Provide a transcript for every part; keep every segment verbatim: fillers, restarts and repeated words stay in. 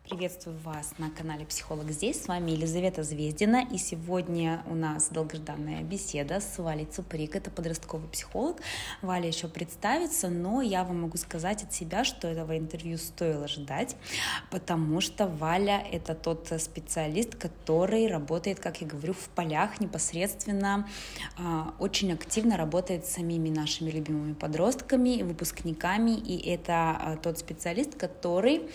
Приветствую вас на канале «Психолог здесь». С вами Елизавета Звездина. И сегодня у нас долгожданная беседа с Валей Цуприк. Это подростковый психолог. Валя еще представится, но я вам могу сказать от себя, что этого интервью стоило ждать, потому что Валя — это тот специалист, который работает, как я говорю, в полях непосредственно, очень активно работает с самими нашими любимыми подростками, выпускниками. И это тот специалист, который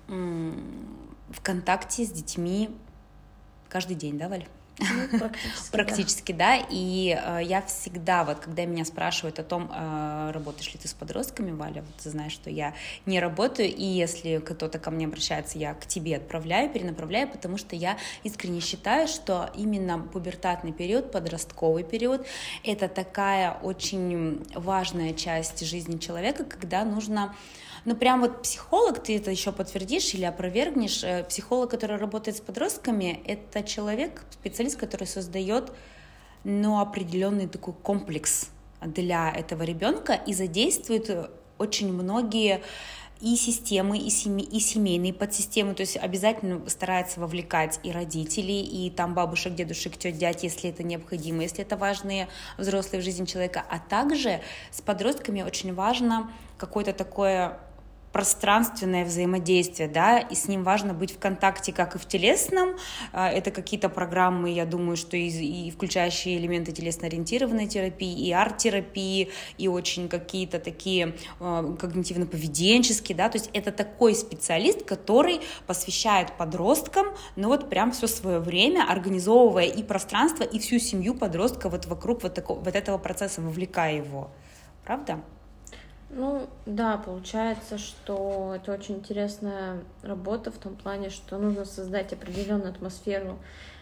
в контакте с детьми каждый день, да, Валь? Ну, практически, практически, да. да. И э, я всегда, вот, когда меня спрашивают о том, э, работаешь ли ты с подростками, Валя, вот, ты знаешь, что я не работаю, и если кто-то ко мне обращается, я к тебе отправляю, перенаправляю, потому что я искренне считаю, что именно пубертатный период, подростковый период, это такая очень важная часть жизни человека, когда нужно... Ну, прям вот психолог, ты это еще подтвердишь или опровергнешь, психолог, который работает с подростками, это человек, специалист, который создает, ну, определенный такой комплекс для этого ребенка и задействует очень многие и системы, и, семей, и семейные подсистемы, то есть обязательно старается вовлекать и родителей, и там бабушек, дедушек, теть, дядь, если это необходимо, если это важные взрослые в жизни человека, а также с подростками очень важно какое-то такое пространственное взаимодействие, да, и с ним важно быть в контакте как и в телесном, это какие-то программы, я думаю, что и, и включающие элементы телесно-ориентированной терапии, и арт-терапии, и очень какие-то такие э, когнитивно-поведенческие, да, то есть это такой специалист, который посвящает подросткам, ну вот прям все свое время, организовывая и пространство, и всю семью подростка вот вокруг вот, такого, вот этого процесса, вовлекая его, правда? Ну, да, получается, что это очень интересная работа в том плане, что нужно создать определенную атмосферу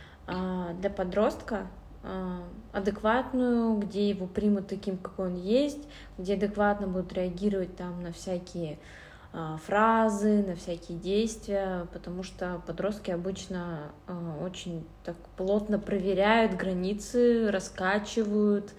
а, для подростка, а, адекватную, где его примут таким, какой он есть, где адекватно будут реагировать там на всякие а, фразы, на всякие действия, потому что подростки обычно а, очень так плотно проверяют границы, раскачивают.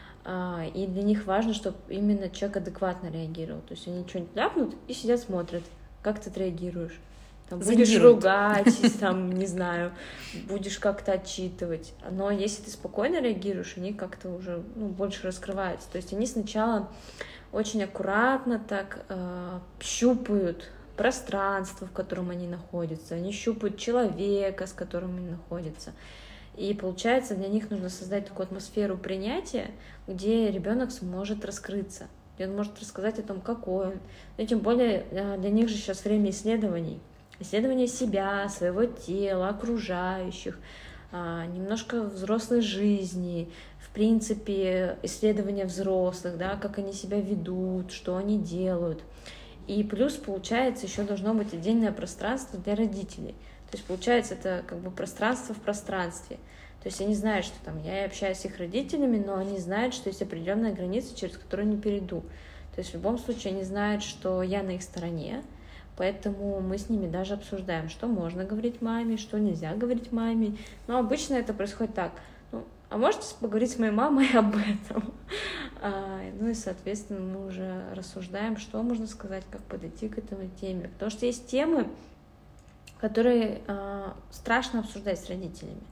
И для них важно, чтобы именно человек адекватно реагировал. То есть они что-нибудь ляпнут и сидят, смотрят, как ты отреагируешь. Там, будешь ругать, там, не знаю, будешь как-то отчитывать. Но если ты спокойно реагируешь, они как-то уже ну, больше раскрываются. То есть они сначала очень аккуратно так э, щупают пространство, в котором они находятся. Они щупают человека, с которым они находятся. И получается, для них нужно создать такую атмосферу принятия, где ребенок сможет раскрыться, где он может рассказать о том, какой он. И тем более для них же сейчас время исследований. Исследования себя, своего тела, окружающих, немножко взрослой жизни, в принципе, исследования взрослых, да, как они себя ведут, что они делают. И плюс, получается, еще должно быть отдельное пространство для родителей. То есть, получается, это как бы пространство в пространстве. То есть они знают, что там я общаюсь с их родителями, но они знают, что есть определенная граница, через которую не перейду. То есть в любом случае они знают, что я на их стороне, поэтому мы с ними даже обсуждаем, что можно говорить маме, что нельзя говорить маме. Но обычно это происходит так. Ну, а можете поговорить с моей мамой об этом? А, ну и, соответственно, мы уже рассуждаем, что можно сказать, как подойти к этому теме. Потому что есть темы, которые э, страшно обсуждать с родителями.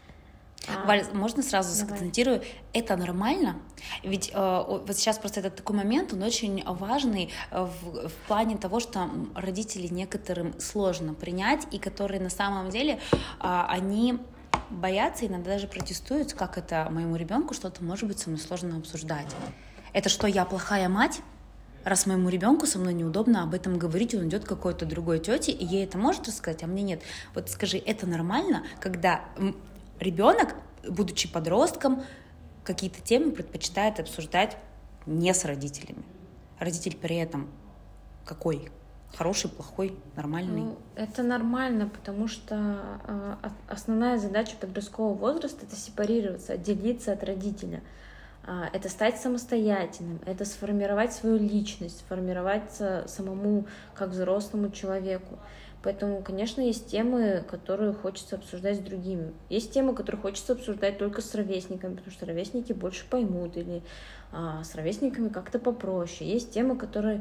Валь, можно сразу Давай. Сконцентрирую? Это нормально? Ведь э, вот сейчас просто этот такой момент, он очень важный в, в плане того, что родителей некоторым сложно принять, и которые на самом деле, э, они боятся, иногда даже протестуют, как это моему ребенку что-то может быть со мной сложно обсуждать. Это что, я плохая мать? Раз моему ребенку со мной неудобно об этом говорить, он идет к какой-то другой тете, и ей это может рассказать, а мне нет. Вот скажи, это нормально, когда ребенок, будучи подростком, какие-то темы предпочитает обсуждать не с родителями? Родитель при этом какой? Хороший, плохой, нормальный? Ну, это нормально, потому что э, основная задача подросткового возраста — это сепарироваться, отделиться от родителя. Это стать самостоятельным, это сформировать свою личность, сформироваться самому как взрослому человеку. Поэтому, конечно, есть темы, которые хочется обсуждать с другими. Есть темы, которые хочется обсуждать только с ровесниками, потому что ровесники больше поймут, или а, с ровесниками как-то попроще. Есть темы, которые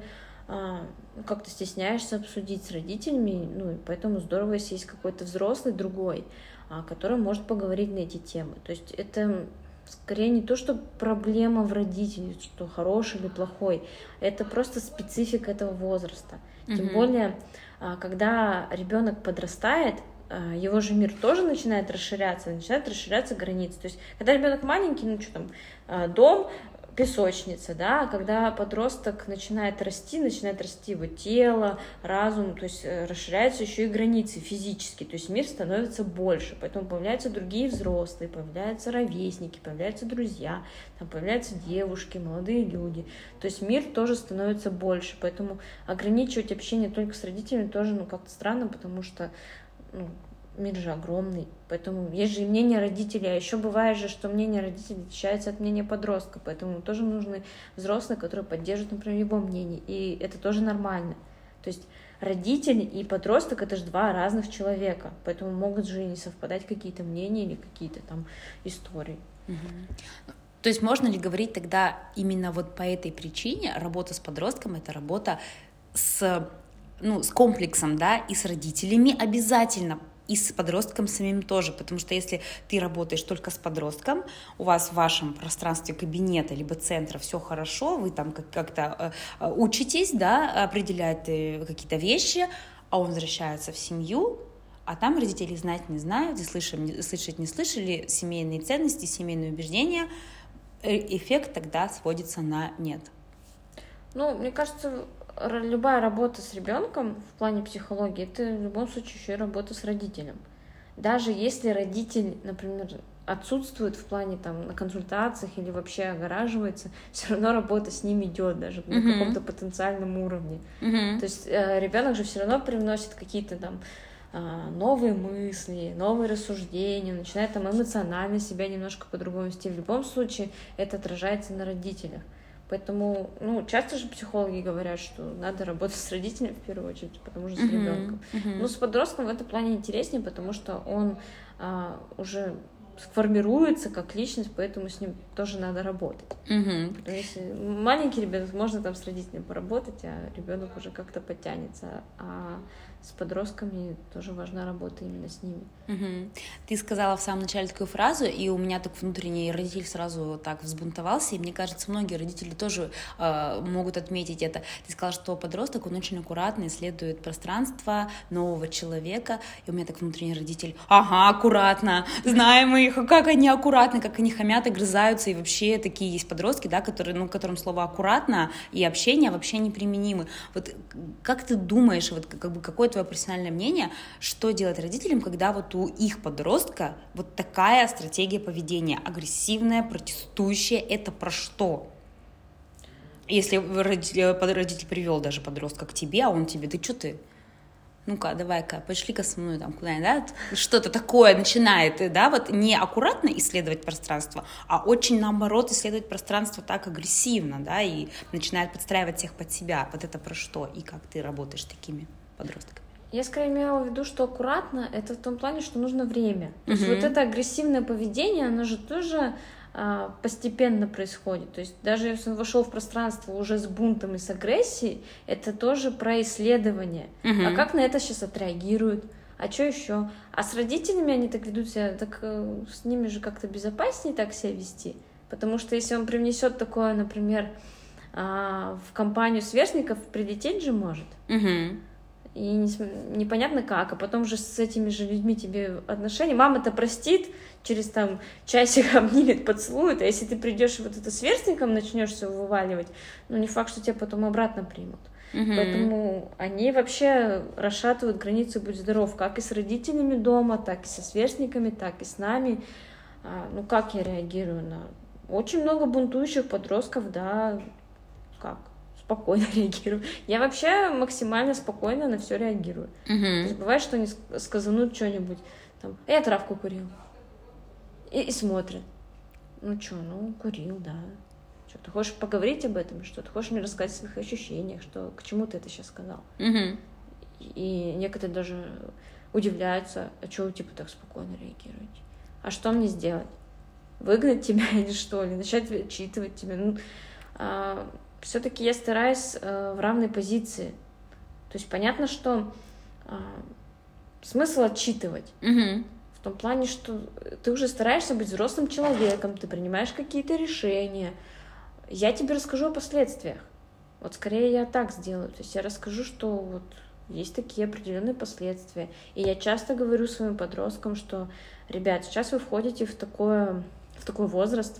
а, как-то стесняешься обсудить с родителями, ну, и поэтому здорово, если есть какой-то взрослый другой, а, который может поговорить на эти темы. То есть это скорее не то, что проблема в родителе, что хороший или плохой, это просто специфика этого возраста. Mm-hmm. Тем более, а, когда ребенок подрастает, его же мир тоже начинает расширяться, начинают расширяться границы. То есть, когда ребенок маленький, ну что там, дом, песочница, да, а когда подросток начинает расти, начинает расти его тело, разум, то есть расширяются еще и границы физически, то есть мир становится больше, поэтому появляются другие взрослые, появляются ровесники, появляются друзья, там появляются девушки, молодые люди, то есть мир тоже становится больше, поэтому ограничивать общение только с родителями тоже, ну, как-то странно, потому что, ну, мир же огромный, поэтому есть же и мнение родителей, а еще бывает же, что мнение родителей отличается от мнения подростка, поэтому тоже нужны взрослые, которые поддерживают, например, его мнение, и это тоже нормально. То есть родитель и подросток — это же два разных человека, поэтому могут же и не совпадать какие-то мнения или какие-то там истории. Угу. То есть можно ли говорить тогда именно вот по этой причине работа с подростком — это работа с, ну, с комплексом, да, и с родителями обязательно, и с подростком самим тоже, потому что если ты работаешь только с подростком, у вас в вашем пространстве кабинета либо центра все хорошо, вы там как-то э, учитесь, да, определяете какие-то вещи, а он возвращается в семью, а там родители знать не знают, и слышать, слышать не слышали, семейные ценности, семейные убеждения, эффект тогда сводится на нет. Ну, мне кажется, любая работа с ребенком в плане психологии — это в любом случае еще и работа с родителем. Даже если родитель, например, отсутствует в плане там на консультациях или вообще огораживается, все равно работа с ним идет даже mm-hmm. на каком-то потенциальном уровне. Mm-hmm. То есть э, ребенок же все равно привносит какие-то там э, новые мысли, новые рассуждения, начинает там эмоционально себя немножко по-другому вести. В любом случае это отражается на родителях. Поэтому, ну, часто же психологи говорят, что надо работать с родителями в первую очередь, потому что с uh-huh, ребенком. Uh-huh. Но с подростком в этом плане интереснее, потому что он а, уже сформируется как личность, поэтому с ним тоже надо работать. Uh-huh. Потому что если маленький ребенок, можно там с родителями поработать, а ребенок уже как-то подтянется. А с подростками тоже важна работа именно с ними. Угу. Ты сказала в самом начале такую фразу, и у меня так внутренний родитель сразу так взбунтовался, и мне кажется, многие родители тоже э, могут отметить это. Ты сказала, что подросток, он очень аккуратно исследует пространство нового человека, и у меня так внутренний родитель: ага, аккуратно, знаем их, как они аккуратны, как они хамят и грызаются, и вообще такие есть подростки, да, которые, ну, которым слово аккуратно и общение вообще неприменимы. Вот как ты думаешь, вот как бы какое твое профессиональное мнение, что делать родителям, когда вот у их подростка вот такая стратегия поведения, агрессивная, протестующая, это про что? Если родитель, родитель привел даже подростка к тебе, а он тебе: ты что ты? Ну-ка, давай-ка, пошли-ка со мной там куда-нибудь, да? Что-то такое начинает, да, вот не аккуратно исследовать пространство, а очень, наоборот, исследовать пространство так агрессивно, да, и начинает подстраивать всех под себя. Вот это про что? И как ты работаешь с такими подростками? Я скорее имела в виду, что аккуратно — это в том плане, что нужно время. То есть uh-huh. вот это агрессивное поведение, оно же тоже а, постепенно происходит. То есть даже если он вошел в пространство уже с бунтом и с агрессией, это тоже про исследование. Uh-huh. А как на это сейчас отреагируют? А что еще? А с родителями они так ведут себя, так э, с ними же как-то безопаснее так себя вести. Потому что если он привнесет такое, например, а, в компанию сверстников, прилететь же может. Uh-huh. И не, непонятно как, а потом же с этими же людьми тебе отношения. Мама-то простит, через там часик обнимет, поцелует, а если ты придешь и вот это сверстником начнешь все вываливать, ну не факт, что тебя потом обратно примут. Mm-hmm. Поэтому они вообще расшатывают границы «будь здоров», как и с родителями дома, так и со сверстниками, так и с нами. А, ну как я реагирую на... Очень много бунтующих подростков, да, как? Спокойно реагирую. Я вообще максимально спокойно на все реагирую. Uh-huh. То есть бывает, что они сказанут что-нибудь, там, я травку курил. И, и смотрят. Ну что, ну, курил, да. Что, ты хочешь поговорить об этом? Что, ты хочешь мне рассказать о своих ощущениях? Что, к чему ты это сейчас сказал? Uh-huh. И некоторые даже удивляются, а что вы, типа, так спокойно реагируете? А что мне сделать? Выгнать тебя или что? Или начать отчитывать тебя? Ну, а... все-таки я стараюсь э, в равной позиции. То есть понятно, что э, смысл отчитывать. Угу. В том плане, что ты уже стараешься быть взрослым человеком, ты принимаешь какие-то решения. Я тебе расскажу о последствиях. Вот скорее я так сделаю. То есть я расскажу, что вот есть такие определенные последствия. И я часто говорю своим подросткам, что, ребят, сейчас вы входите в, такое, в такой возраст,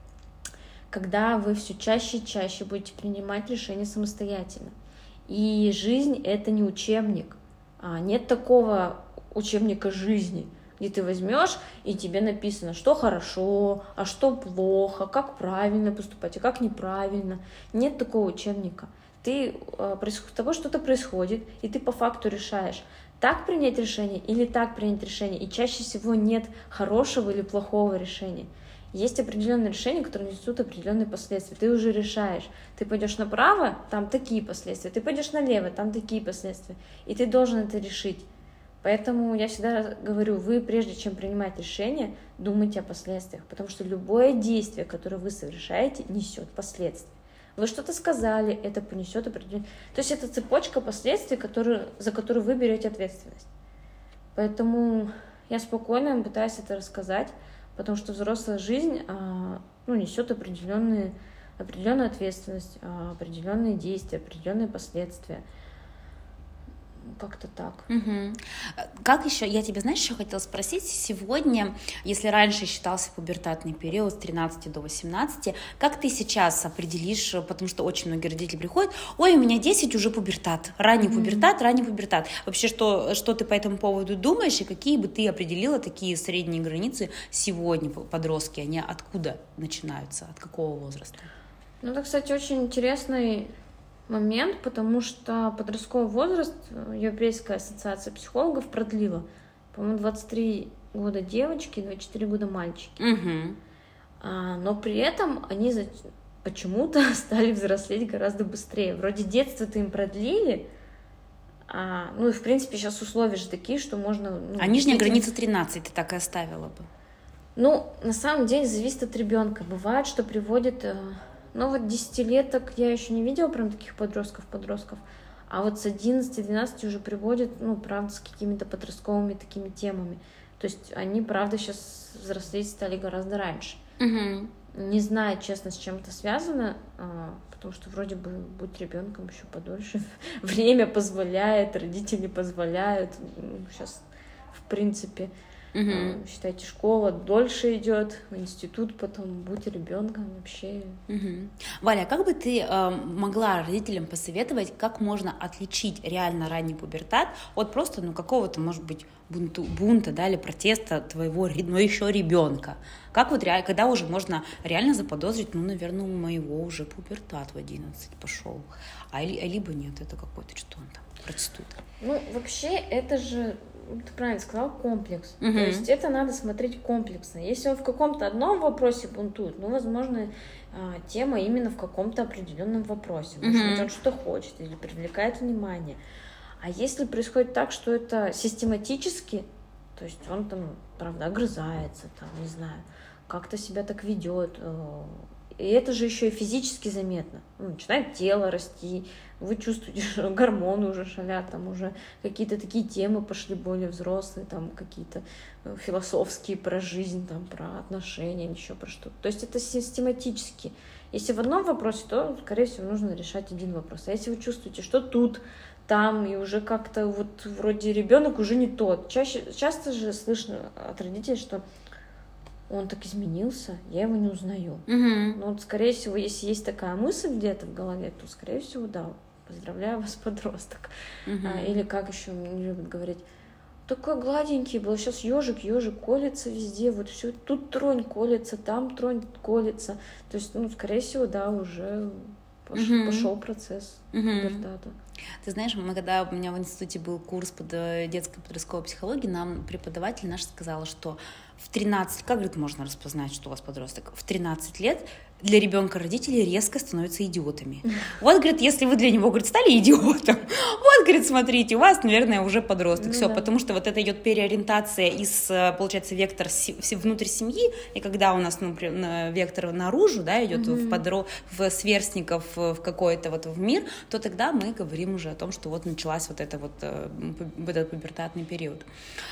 когда вы все чаще и чаще будете принимать решения самостоятельно. И жизнь — это не учебник. А нет такого учебника жизни, где ты возьмешь, и тебе написано, что хорошо, а что плохо, как правильно поступать, а как неправильно. Нет такого учебника. Ты, с тобой что-то происходит, и ты по факту решаешь, так принять решение или так принять решение. И чаще всего нет хорошего или плохого решения. Есть определенные решения, которые несут определенные последствия. Ты уже решаешь. Ты пойдешь направо, там такие последствия. Ты пойдешь налево, там такие последствия. И ты должен это решить. Поэтому я всегда говорю, вы прежде чем принимать решение, думайте о последствиях, потому что любое действие, которое вы совершаете, несет последствия. Вы что-то сказали, это понесет определенные... То есть это цепочка последствий, которые, за которые вы берете ответственность. Поэтому я спокойно пытаюсь это рассказать, потому что взрослая жизнь ну, несет определенные, определенную ответственность, определенные действия, определенные последствия. Как-то так. Угу. Как еще, я тебе, знаешь, еще хотела спросить, сегодня, если раньше считался пубертатный период с тринадцати до восемнадцати, как ты сейчас определишь, потому что очень многие родители приходят, ой, у меня десять, уже пубертат, ранний mm-hmm. пубертат, ранний пубертат. Вообще, что, что ты по этому поводу думаешь, и какие бы ты определила такие средние границы сегодня подростки, они откуда начинаются, от какого возраста? Ну, это, кстати, очень интересный момент, потому что подростковый возраст Европейская ассоциация психологов продлила. По-моему, двадцать три года девочки, двадцать четыре года мальчики. Угу. А, но при этом они за... почему-то стали взрослеть гораздо быстрее. Вроде детство-то им продлили, а, ну и в принципе сейчас условия же такие, что можно... Ну, а нижняя граница тринадцать ты так и оставила бы? Ну, на самом деле зависит от ребенка. Бывает, что приводит... Ну вот десятилеток я еще не видела прям таких подростков-подростков, а вот с одиннадцати-двенадцати уже приводят, ну, правда, с какими-то подростковыми такими темами. То есть они, правда, сейчас взрослеть стали гораздо раньше. Угу. Не знаю, честно, с чем это связано, потому что вроде бы быть ребенком еще подольше. Время позволяет, родители позволяют. Сейчас, в принципе... Угу. Считайте, школа дольше идет, в институт потом, будь ребенком вообще. Угу. Валя, как бы ты э, могла родителям посоветовать, как можно отличить реально ранний пубертат от просто, ну, какого-то, может быть, бунту, бунта, да, или протеста твоего, ну, еще ребенка? Как вот реально, когда уже можно реально заподозрить, ну, наверное, у моего уже пубертат в одиннадцать пошел, а либо нет, это какой-то, что он там протестует? Ну, вообще, это же... Ты правильно сказал, комплекс. Uh-huh. То есть это надо смотреть комплексно. Если он в каком-то одном вопросе бунтует, ну, возможно, тема именно в каком-то определенном вопросе. Может быть, uh-huh. он что-то хочет или привлекает внимание. А если происходит так, что это систематически, то есть он там, правда, огрызается, там, не знаю, как-то себя так ведет, и это же еще и физически заметно. Ну, начинает тело расти, вы чувствуете, что гормоны уже шалят, там уже какие-то такие темы пошли более взрослые, там какие-то философские про жизнь, там про отношения, еще про что-то. То есть это систематически. Если в одном вопросе, то, скорее всего, нужно решать один вопрос. А если вы чувствуете, что тут, там, и уже как-то вот вроде ребенок уже не тот. Чаще, часто же слышно от родителей, что он так изменился, я его не узнаю. Uh-huh. Но вот, скорее всего, если есть такая мысль где-то в голове, то, скорее всего, да, поздравляю вас, подросток. Uh-huh. А, или как еще не любят говорить, такой гладенький был, сейчас ежик, ежик колется везде, вот все, тут тронь колется, там тронь колется. То есть, ну, скорее всего, да, уже пошел, uh-huh. пошел процесс пубертата. Uh-huh. Ты знаешь, мы когда у меня в институте был курс по детской подростковой психологии, нам преподаватель наш сказала, что в тринадцать, как, говорит, можно распознать, что у вас подросток? В тринадцать лет для ребенка родители резко становятся идиотами. Вот, говорит, если вы для него, говорит, стали идиотом, вот, говорит, смотрите, у вас, наверное, уже подросток. Ну, Все, да. Потому что вот это идет переориентация из, получается, вектор внутрь семьи, и когда у нас, ну, вектор наружу, да, идет угу. в, подро... в сверстников, в какой-то вот в мир, то тогда мы говорим уже о том, что вот началась вот это вот, вот этот пубертатный период.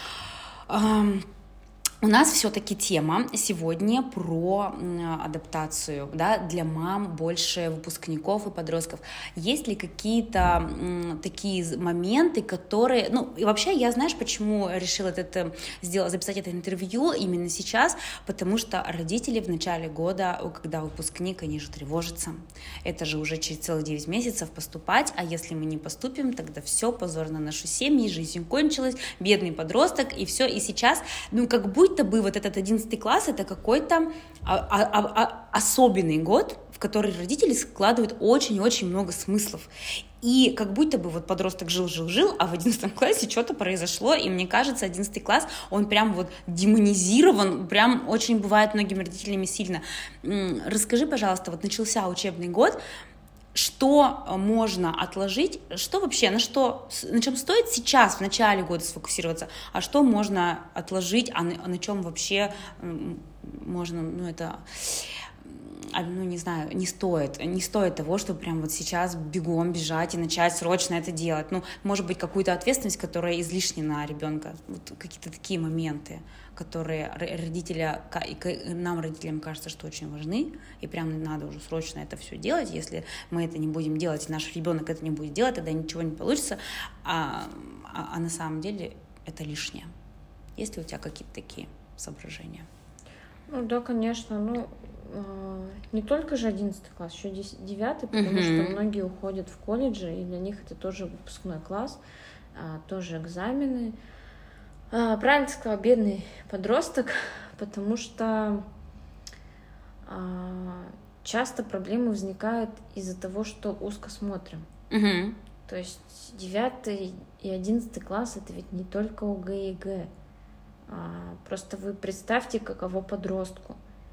У нас все-таки тема сегодня про адаптацию, да, для мам, больше выпускников и подростков. Есть ли какие-то м, такие моменты, которые... Ну, и вообще, я, знаешь, почему решила это, сделать, записать это интервью именно сейчас? Потому что родители в начале года, когда выпускник, они же тревожатся. Это же уже через целых девять месяцев поступать, а если мы не поступим, тогда все, позор на нашу семью, жизнь кончилась, бедный подросток, и все. И сейчас, ну, как будто будто бы вот этот одиннадцатый класс это какой-то а, а, а, особенный год, в который родители складывают очень-очень много смыслов. И как будто бы вот подросток жил-жил-жил, а в одиннадцатом классе что-то произошло, и мне кажется, одиннадцатый класс, он прям вот демонизирован, прям очень бывает многими родителями сильно. Расскажи, пожалуйста, вот начался учебный год, что можно отложить, что вообще, на что, на чем стоит сейчас, в начале года сфокусироваться, а что можно отложить, а на, а на чем вообще можно, ну, это, ну, не знаю, не стоит, не стоит того, чтобы прям вот сейчас бегом бежать и начать срочно это делать. Ну, может быть, какую-то ответственность, которая излишняя на ребенка, вот какие-то такие моменты, которые родители, нам, родителям, кажется, что очень важны, и прям надо уже срочно это все делать. Если мы это не будем делать, и наш ребенок это не будет делать, тогда ничего не получится, а, а, а на самом деле это лишнее. Есть ли у тебя какие-то такие соображения? Ну да, конечно. Ну, не только же одиннадцатый класс, еще девятый, потому uh-huh. что многие уходят в колледжи, и для них это тоже выпускной класс, тоже экзамены. Правильно ты сказала, бедный подросток, потому что часто проблемы возникают из-за того, что узко смотрим. Uh-huh. То есть девятый и одиннадцатый класс это ведь не только ОГЭ и ЕГЭ. Просто вы представьте, каково подростку.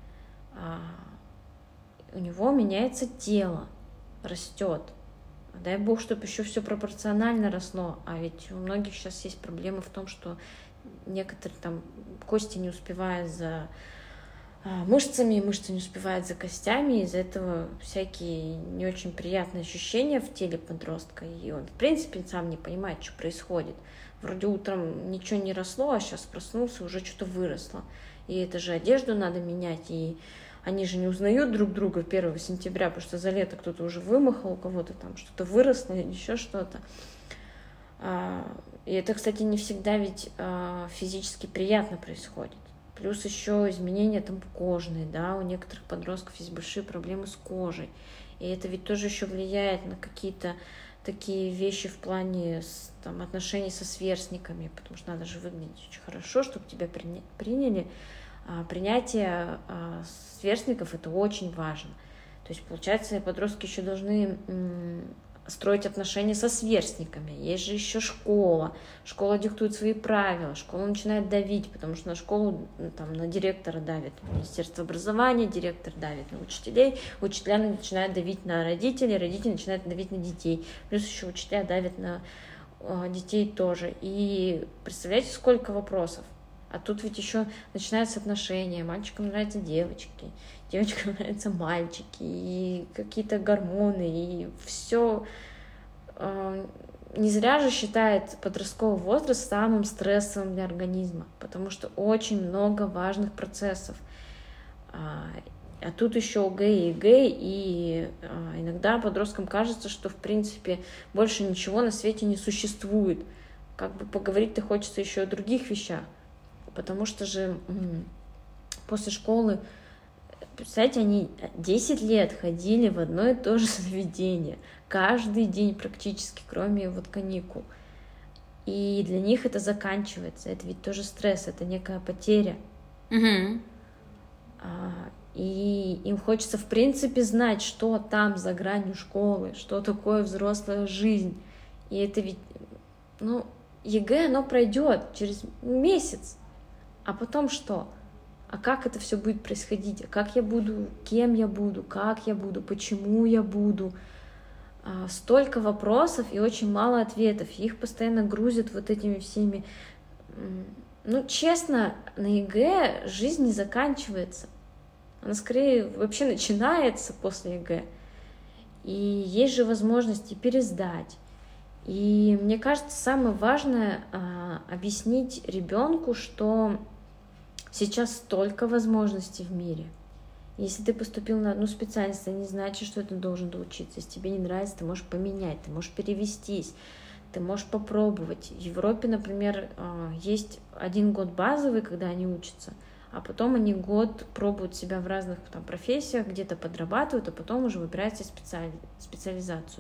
У него меняется тело, растет. Дай бог, чтобы еще все пропорционально росло. А ведь у многих сейчас есть проблема в том, что некоторые там кости не успевают за мышцами, мышцы не успевают за костями, из-за этого всякие не очень приятные ощущения в теле подростка, и он, в принципе, сам не понимает, что происходит. Вроде утром ничего не росло, а сейчас проснулся, уже что-то выросло. И это же одежду надо менять, и они же не узнают друг друга первого сентября, потому что за лето кто-то уже вымахал, у кого-то там что-то выросло, или еще что-то. И это, кстати, не всегда ведь физически приятно происходит. Плюс еще изменения там кожные, да, у некоторых подростков есть большие проблемы с кожей. И это ведь тоже еще влияет на какие-то такие вещи в плане там, отношений со сверстниками, потому что надо же выглядеть очень хорошо, чтобы тебя приняли. А принятие а, сверстников — это очень важно. То есть, получается, подростки еще должны м, строить отношения со сверстниками. Есть же еще школа. Школа диктует свои правила. Школа начинает давить, потому что на школу, там, на директора давит Министерство образования, директор давит на учителей, учителя начинают давить на родителей, родители начинают давить на детей. Плюс еще учителя давят на а, детей тоже. И представляете, сколько вопросов? А тут ведь еще начинаются отношения, мальчикам нравятся девочки, девочкам нравятся мальчики, и какие-то гормоны, и все. Не зря же считает подростковый возраст самым стрессовым для организма, потому что очень много важных процессов. А тут еще ОГЭ и ЕГЭ, и иногда подросткам кажется, что в принципе больше ничего на свете не существует. Как бы поговорить-то хочется еще о других вещах. Потому что же после школы, представляете, они десять лет ходили в одно и то же заведение. Каждый день практически, кроме вот каникул. И для них это заканчивается. Это ведь тоже стресс, это некая потеря. Mm-hmm. И им хочется, в принципе, знать, что там за гранью школы, что такое взрослая жизнь. И это ведь, ну, ЕГЭ, оно пройдет через месяц. А потом что? а как это все будет происходить, а как я буду, кем я буду, как я буду, почему я буду. Столько вопросов и очень мало ответов. Их постоянно грузят вот этими всеми. Ну, честно, на ЕГЭ жизнь не заканчивается. Она скорее вообще начинается после ЕГЭ. И есть же возможности пересдать. И мне кажется, самое важное а, объяснить ребенку, что сейчас столько возможностей в мире. Если ты поступил на одну специальность, это не значит, что ты должен доучиться. Если тебе не нравится, ты можешь поменять, ты можешь перевестись, ты можешь попробовать. В Европе, например, есть один год базовый, когда они учатся, а потом они год пробуют себя в разных там профессиях, где-то подрабатывают, а потом уже выбирают себе специаль... специализацию.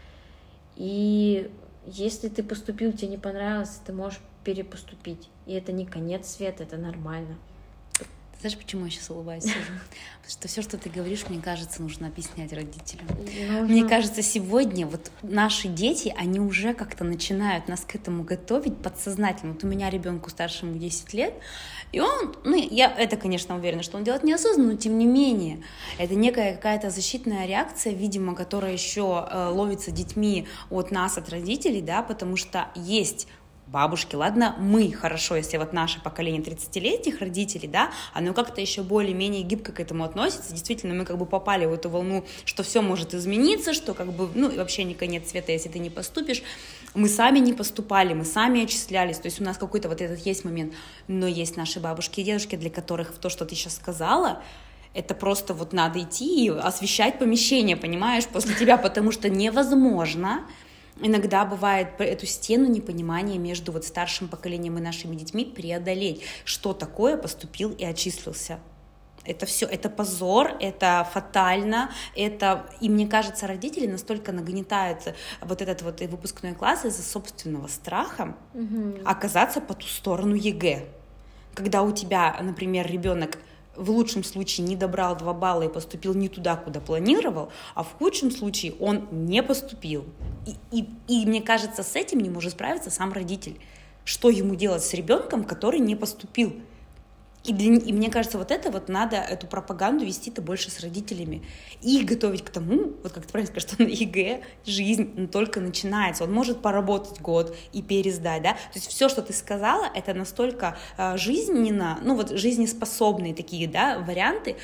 И если ты поступил, тебе не понравилось, ты можешь перепоступить. И это не конец света, это нормально. Знаешь, почему я сейчас улыбаюсь? Потому что все, что ты говоришь, мне кажется, нужно объяснять родителям. Нужно. Мне кажется, сегодня вот наши дети, они уже как-то начинают нас к этому готовить подсознательно. Вот у меня ребенку старшему десять лет, и он, ну, я это, конечно, уверена, что он делает неосознанно, но тем не менее, это некая какая-то защитная реакция, видимо, которая еще э, ловится детьми от нас, от родителей, да, потому что есть бабушки, ладно, мы, хорошо, если вот наше поколение тридцатилетних родителей, да, оно как-то еще более-менее гибко к этому относится, действительно, мы как бы попали в эту волну, что все может измениться, что как бы, ну, вообще не конец света, если ты не поступишь, мы сами не поступали, мы сами отчислялись, то есть у нас какой-то вот этот есть момент, но есть наши бабушки и дедушки, для которых то, что ты сейчас сказала, это просто вот надо идти и освещать помещение, понимаешь, после тебя, потому что невозможно. Иногда бывает эту стену непонимания между вот старшим поколением и нашими детьми преодолеть, что такое поступил и отчислился. Это все, это позор, это фатально, это, и мне кажется, родители настолько нагнетают вот этот вот выпускной класс из-за собственного страха угу. оказаться по ту сторону ЕГЭ. Когда у тебя, например, ребенок в лучшем случае не добрал два балла и поступил не туда, куда планировал, а в худшем случае он не поступил. И, и, и мне кажется, с этим не может справиться сам родитель. Что ему делать с ребенком, который не поступил? И, для, и мне кажется, вот это вот надо, эту пропаганду вести-то больше с родителями. И их готовить к тому, вот как ты правильно сказала, что на ЕГЭ жизнь только начинается. Он может поработать год и пересдать, да. То есть все, что ты сказала, это настолько э, жизненно, ну вот жизнеспособные такие, да, варианты.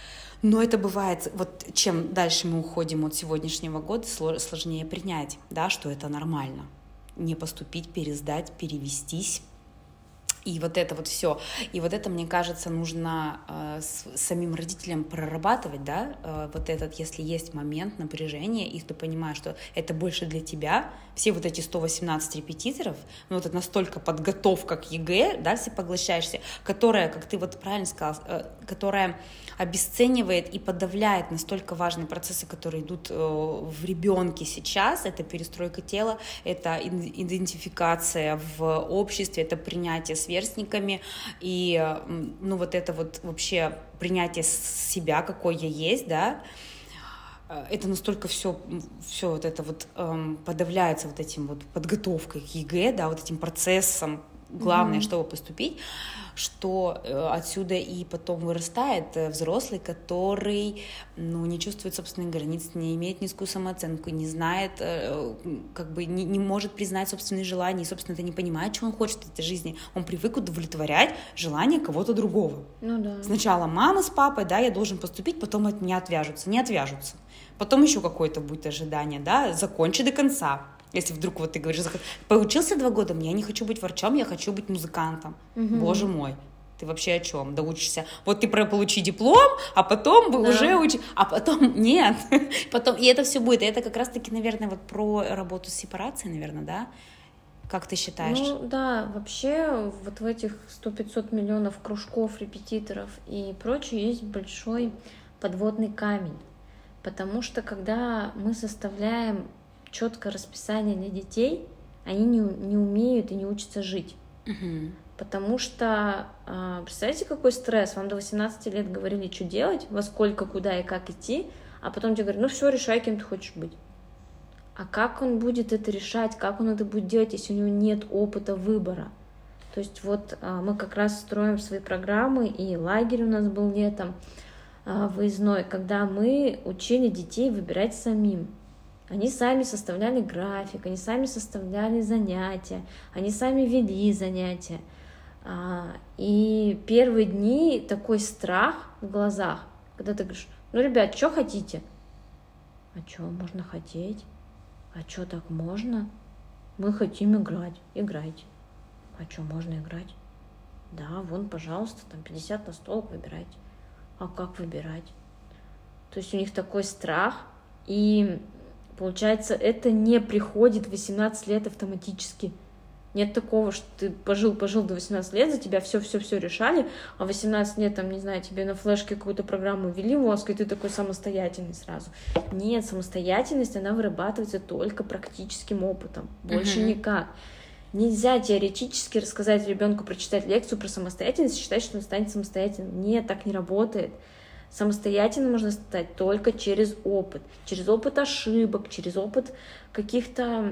Но это бывает, вот чем дальше мы уходим от сегодняшнего года, сложнее принять, да, что это нормально. Не поступить, пересдать, перевестись. И вот это вот все. И вот это, мне кажется, нужно э, с, самим родителям прорабатывать, да, э, вот этот, если есть момент напряжения, и ты понимаешь, что это больше для тебя, все вот эти сто восемнадцать репетиторов, ну, вот это настолько подготовка к ЕГЭ, да, все поглощаешься, которая, как ты вот правильно сказал, э, которая обесценивает и подавляет настолько важные процессы, которые идут э, в ребенке сейчас, это перестройка тела, это идентификация в обществе, это принятие сверстниками и, ну, вот это вот вообще принятие себя, какой я есть, да, это настолько все, все вот это вот эм, подавляется вот этим вот подготовкой к ЕГЭ, да, вот этим процессом, главное, mm-hmm. чтобы поступить, что э, отсюда и потом вырастает э, взрослый, который, ну, не чувствует собственных границ, не имеет низкую самооценку, не знает, э, как бы не, не может признать собственные желания, и, собственно, это не понимает, что он хочет в этой жизни. Он привык удовлетворять желания кого-то другого. Ну, да. Сначала мама с папой, да, я должен поступить, потом от меня отвяжутся, не отвяжутся. Потом еще какое-то будет ожидание, да, закончи до конца. Если вдруг вот ты говоришь, поучился два года, я не хочу быть врачом, я хочу быть музыкантом. Угу. Боже мой, ты вообще о чем? Доучишься. Вот ты получи диплом, а потом да. уже учи. А потом нет. Потом, и это все будет. И это как раз-таки, наверное, вот про работу с сепарацией, наверное, да? Как ты считаешь? Ну да, вообще вот в этих сто-пятьсот миллионов кружков, репетиторов и прочее есть большой подводный камень. Потому что когда мы составляем четкое расписание для детей, они не, не умеют и не учатся жить. Uh-huh. Потому что, представляете, какой стресс? Вам до восемнадцати лет говорили, что делать, во сколько, куда и как идти, а потом тебе говорят, ну все, решай, кем ты хочешь быть. А как он будет это решать, как он это будет делать, если у него нет опыта выбора? То есть вот а, мы как раз строим свои программы, и лагерь у нас был летом а, выездной, когда мы учили детей выбирать самим. Они сами составляли график, они сами составляли занятия, они сами вели занятия. А, и первые дни такой страх в глазах, когда ты говоришь: ну, ребят, что хотите? А что можно хотеть? А что так можно? Мы хотим играть. Играйте. А что можно играть? Да, вон, пожалуйста, там пятьдесят настолок, выбирайте. А как выбирать? То есть у них такой страх, и получается, это не приходит в восемнадцать лет автоматически. Нет такого, что ты пожил-пожил до восемнадцати лет, за тебя все-все-все решали, а в восемнадцать лет, там, не знаю, тебе на флешке какую-то программу ввели мозг, и ты такой самостоятельный сразу. Нет, самостоятельность, она вырабатывается только практическим опытом, больше uh-huh. никак. Нельзя теоретически рассказать ребенку, прочитать лекцию про самостоятельность и считать, что он станет самостоятельным. Нет, так не работает. Самостоятельным можно стать только через опыт. Через опыт ошибок, через опыт каких-то,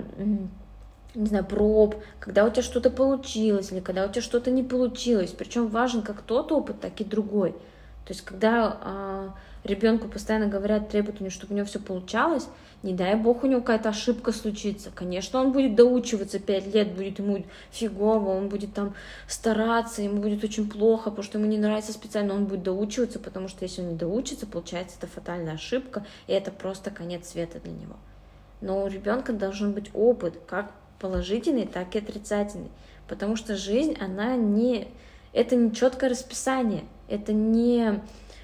не знаю, проб, когда у тебя что-то получилось или когда у тебя что-то не получилось. Причем важен как тот опыт, так и другой. То есть когда а, ребенку постоянно говорят, требуют у него, чтобы у него все получалось, не дай бог у него какая-то ошибка случится. Конечно, он будет доучиваться пять лет, будет ему фигово, он будет там стараться, ему будет очень плохо, потому что ему не нравится специально, он будет доучиваться, потому что если он не доучится, получается, это фатальная ошибка, и это просто конец света для него. Но у ребенка должен быть опыт, как положительный, так и отрицательный, потому что жизнь, она не... Это не четкое расписание, это не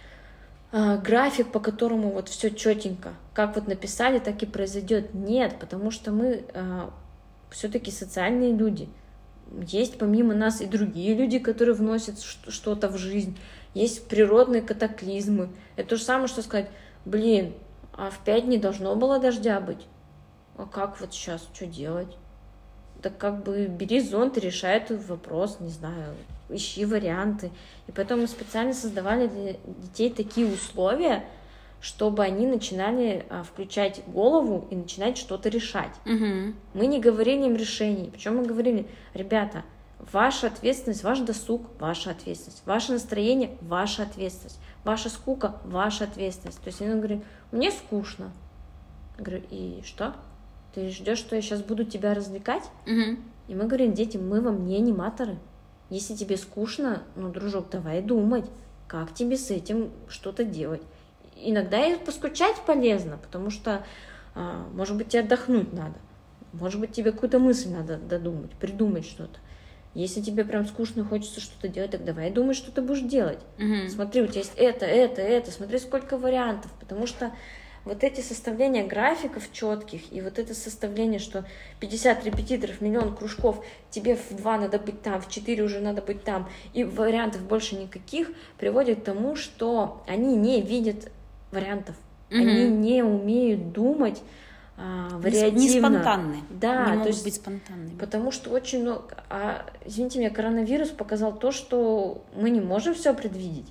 а, график, по которому вот все четенько, как вот написали, так и произойдет. Нет, потому что мы а, все-таки социальные люди. Есть помимо нас и другие люди, которые вносят что-то в жизнь. Есть природные катаклизмы. Это то же самое, что сказать: блин, а в пять не должно было дождя быть. А как вот сейчас, что делать? Так как бы бери зонт и решай этот вопрос, не знаю, ищи варианты. И поэтому мы специально создавали для детей такие условия, чтобы они начинали а, включать голову и начинать что-то решать. Угу. Мы не говорили им решений. Причем мы говорили: ребята, ваша ответственность, ваш досуг, ваша ответственность, ваше настроение, ваша ответственность, ваша скука, ваша ответственность. То есть они говорят: мне скучно. Я говорю: и что? Ты ждешь, что я сейчас буду тебя развлекать? Угу. И мы говорим: дети, мы вам не аниматоры. Если тебе скучно, ну, дружок, давай думать, как тебе с этим что-то делать. Иногда и поскучать полезно, потому что, а, может быть, тебе отдохнуть надо. Может быть, тебе какую-то мысль надо додумать, придумать что-то. Если тебе прям скучно, хочется что-то делать, так давай думай, что ты будешь делать. Угу. Смотри, у тебя есть это, это, это, смотри, сколько вариантов, потому что вот эти составления графиков четких и вот это составление, что пятьдесят репетиторов, миллион кружков, тебе в два надо быть там, в четыре уже надо быть там, и вариантов больше никаких, приводит к тому, что они не видят вариантов, угу. они не умеют думать а, вариативно. Не спонтанны. Да, не могут то есть, быть спонтанными. Потому что очень много... А, извините меня, коронавирус показал то, что мы не можем все предвидеть.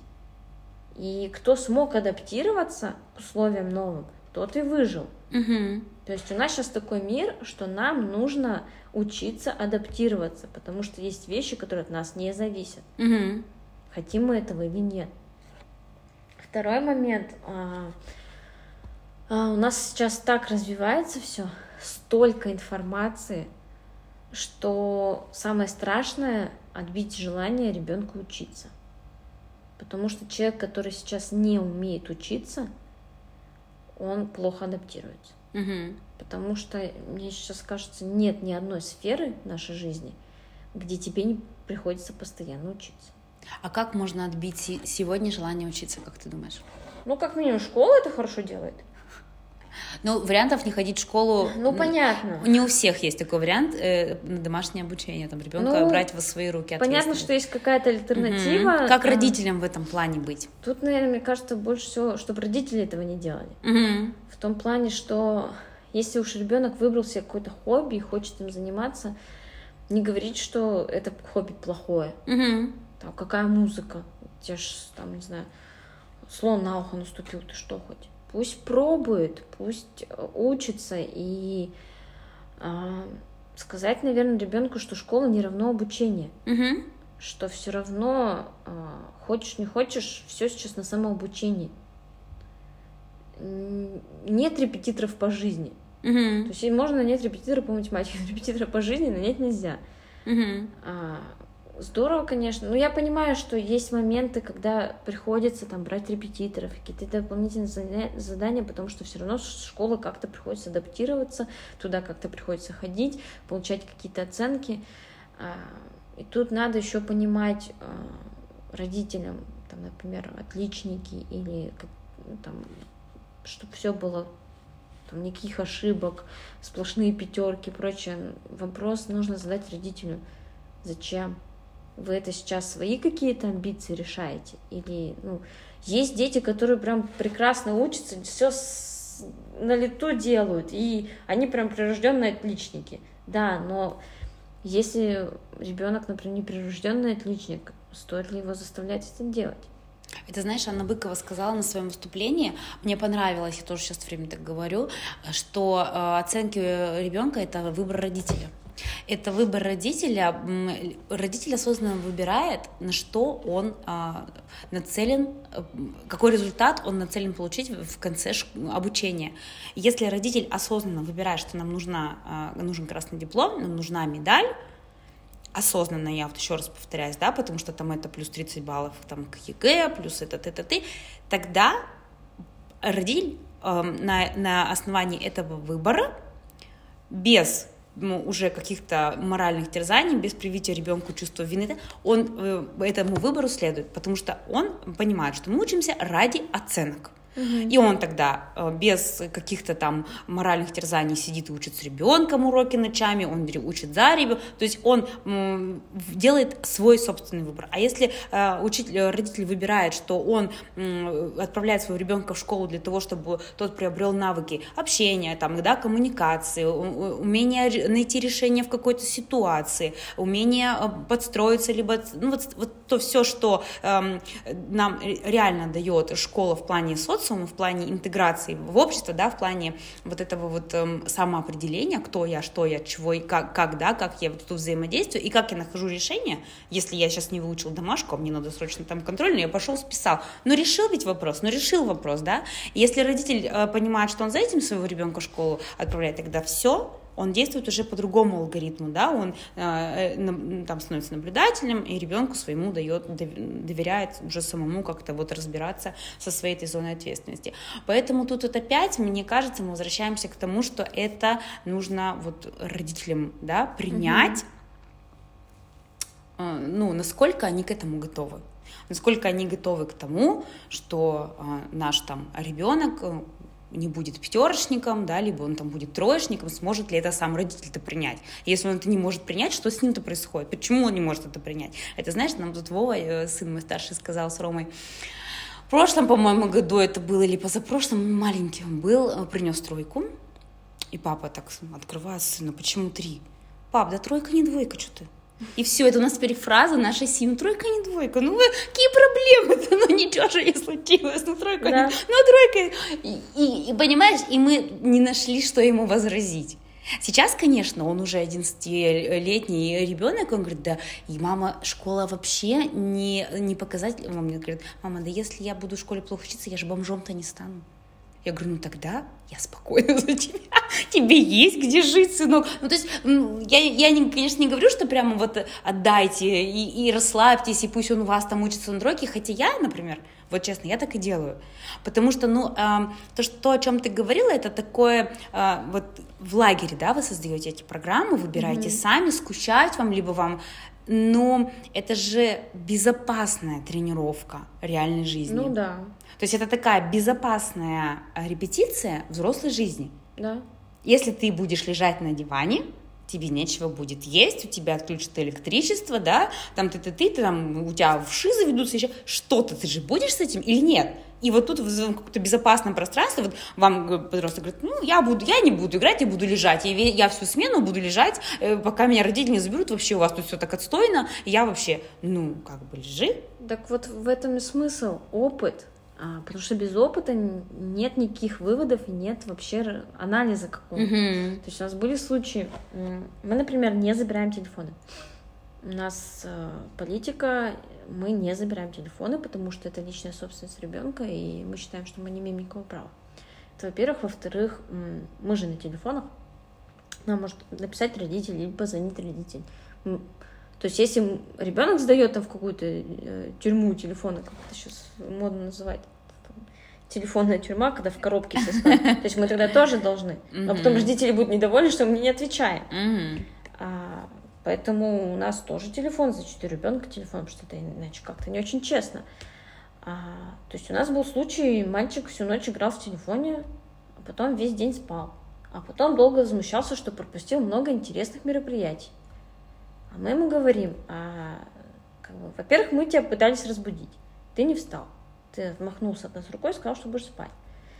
И кто смог адаптироваться к условиям новым, тот и выжил. Угу. То есть у нас сейчас такой мир, что нам нужно учиться адаптироваться, потому что есть вещи, которые от нас не зависят. Угу. Хотим мы этого или нет. Второй момент. А, а, у нас сейчас так развивается все, столько информации, что самое страшное — отбить желание ребенку учиться. Потому что человек, который сейчас не умеет учиться, он плохо адаптируется. Угу. Потому что, мне сейчас кажется, нет ни одной сферы в нашей жизни, где тебе не приходится постоянно учиться. А как можно отбить сегодня желание учиться, как ты думаешь? Ну, как минимум, школа это хорошо делает. Ну, вариантов не ходить в школу... Ну, понятно. Не у всех есть такой вариант э, на домашнее обучение, там, ребенка ну, брать в свои руки понятно, что есть какая-то альтернатива. Угу. Как родителям в этом плане быть? Тут, наверное, мне кажется, больше всего, чтобы родители этого не делали. Угу. В том плане, что если уж ребенок выбрал себе какое-то хобби и хочет им заниматься, не говорить, что это хобби плохое. Угу. Там, какая музыка? Тебе ж, там, не знаю, слон на ухо наступил, ты что хоть? Пусть пробует, пусть учится и а, сказать, наверное, ребенку, что школа не равно обучение. Угу. Что все равно, хочешь не хочешь, все сейчас на самообучении. Нет репетиторов по жизни. Угу. То есть можно нанять репетитора по математике, репетитора по жизни нанять нельзя. Угу. Здорово, конечно. Но я понимаю, что есть моменты, когда приходится там брать репетиторов, какие-то дополнительные задания, потому что все равно школа как-то приходится адаптироваться, туда как-то приходится ходить, получать какие-то оценки. И тут надо еще понимать родителям, там, например, отличники или там, чтобы все было, там, никаких ошибок, сплошные пятерки и прочее. Вопрос нужно задать родителю. Зачем? Вы это сейчас свои какие-то амбиции решаете? Или, ну, есть дети, которые прям прекрасно учатся, все с... на лету делают, и они прям прирожденные отличники. Да, но если ребенок, например, неприрожденный отличник, стоит ли его заставлять это делать? Это, знаешь, Анна Быкова сказала на своем выступлении, мне понравилось, я тоже сейчас все время так говорю, что э, оценки ребенка — это выбор родителя. Это выбор родителя. Родитель осознанно выбирает, на что он а, нацелен, какой результат он нацелен получить в конце обучения. Если родитель осознанно выбирает, что нам нужна, а, нужен красный диплом, нам нужна медаль, осознанно, я вот еще раз повторяюсь, да, потому что там это плюс тридцать баллов там, к ЕГЭ, плюс этот, этот, и тогда родитель э, на, на основании этого выбора без ну, уже каких-то моральных терзаний, без привития ребенку чувства вины, он э, этому выбору следует, потому что он понимает, что мы учимся ради оценок. Uh-huh. И он тогда э, без каких-то там моральных терзаний сидит и учит с ребенком уроки ночами, он учит за ребенком, то есть он м, делает свой собственный выбор. А если э, учитель, родитель выбирает, что он м, отправляет своего ребенка в школу для того, чтобы тот приобрел навыки общения, там, да, коммуникации, умение найти решение в какой-то ситуации, умение подстроиться, либо ну, вот, вот то все, что э, нам реально дает школа в плане социума, в плане интеграции в общество, да, в плане вот этого вот эм, самоопределения, кто я, что я, чего и как, как, да, как я вот тут взаимодействую и как я нахожу решение, если я сейчас не выучил домашку, а мне надо срочно там контрольную, я пошел списал, но решил ведь вопрос, но решил вопрос, да, и если родитель э, понимает, что он за этим своего ребенка в школу отправляет, тогда все, он действует уже по другому алгоритму, да, он э, там становится наблюдателем и ребенку своему дает, доверяет уже самому как-то вот разбираться со своей этой зоной ответственности. Поэтому тут вот опять, мне кажется, мы возвращаемся к тому, что это нужно вот родителям, да, принять, э, ну, насколько они к этому готовы. Насколько они готовы к тому, что э, наш там ребенок не будет пятерочником, да, либо он там будет троечником, сможет ли это сам родитель-то принять. Если он это не может принять, что с ним-то происходит? Почему он не может это принять? Это, знаешь, нам тут Вова, сын мой старший, сказал с Ромой, в прошлом, по-моему, году это было, или позапрошлом, маленьким был, принес тройку, и папа так открывает сына, почему три? Пап, да тройка не двойка, что ты? И все, это у нас теперь фраза наша семьи. Тройка не двойка. Ну, какие проблемы-то? Ну, ничего же не случилось. Ну, тройка да. не... Ну, тройка... И, и, и, понимаешь, и мы не нашли, что ему возразить. Сейчас, конечно, он уже одиннадцатилетний ребенок, он говорит, да, и мама, школа вообще не, не показатель. Мама мне говорит, мама, да если я буду в школе плохо учиться, я же бомжом-то не стану. Я говорю, ну тогда я спокойна за тебя, тебе есть где жить, сынок. Ну, то есть я, я не, конечно, не говорю, что прямо вот отдайте и, и расслабьтесь, и пусть он у вас там учится на тройке, хотя я, например, вот честно, я так и делаю. Потому что, ну, э, то, что, то, о чем ты говорила, это такое, э, вот в лагере, да, вы создаете эти программы, выбираете mm-hmm. сами, скучать вам, либо вам... Но это же безопасная тренировка реальной жизни. Ну да. То есть это такая безопасная репетиция взрослой жизни. Да. Если ты будешь лежать на диване, тебе нечего будет есть, у тебя отключат электричество, да, там ты-ты-ты, ты, там, у тебя вши заведутся, еще что-то, ты же будешь с этим или нет? И вот тут в каком-то безопасном пространстве вот вам подросток говорит, ну, я, буду, я не буду играть, я буду лежать, я, я всю смену буду лежать, пока меня родители не заберут, вообще у вас тут все так отстойно, я вообще, ну, как бы лежи. Так вот в этом и смысл, опыт. А, потому что без опыта нет никаких выводов и нет вообще анализа какого-то. Mm-hmm. То есть у нас были случаи, мы, например, не забираем телефоны. У нас э, политика, мы не забираем телефоны, потому что это личная собственность ребенка, и мы считаем, что мы не имеем никакого права. Это, во-первых. Во-вторых, мы же на телефонах, нам может написать родитель или позвонить родитель. То есть если ребенок сдает там в какую-то э, тюрьму телефона, как это сейчас модно называть, там, телефонная тюрьма, когда в коробке все спят, то есть мы тогда тоже должны. А потом родители будут недовольны, что мы не отвечаем. А, поэтому у нас тоже телефон, значит, у ребенка телефон, потому что это иначе как-то не очень честно. А, то есть у нас был случай, мальчик всю ночь играл в телефоне, а потом весь день спал. А потом долго возмущался, что пропустил много интересных мероприятий. А мы ему говорим, а, как бы, во-первых, мы тебя пытались разбудить, ты не встал, ты отмахнулся от нас рукой и сказал, что будешь спать.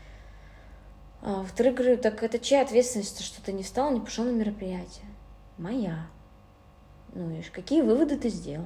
А, во-вторых, говорю, так это чья ответственность, что ты не встал, не пошел на мероприятие? Моя. Ну и какие выводы ты сделал?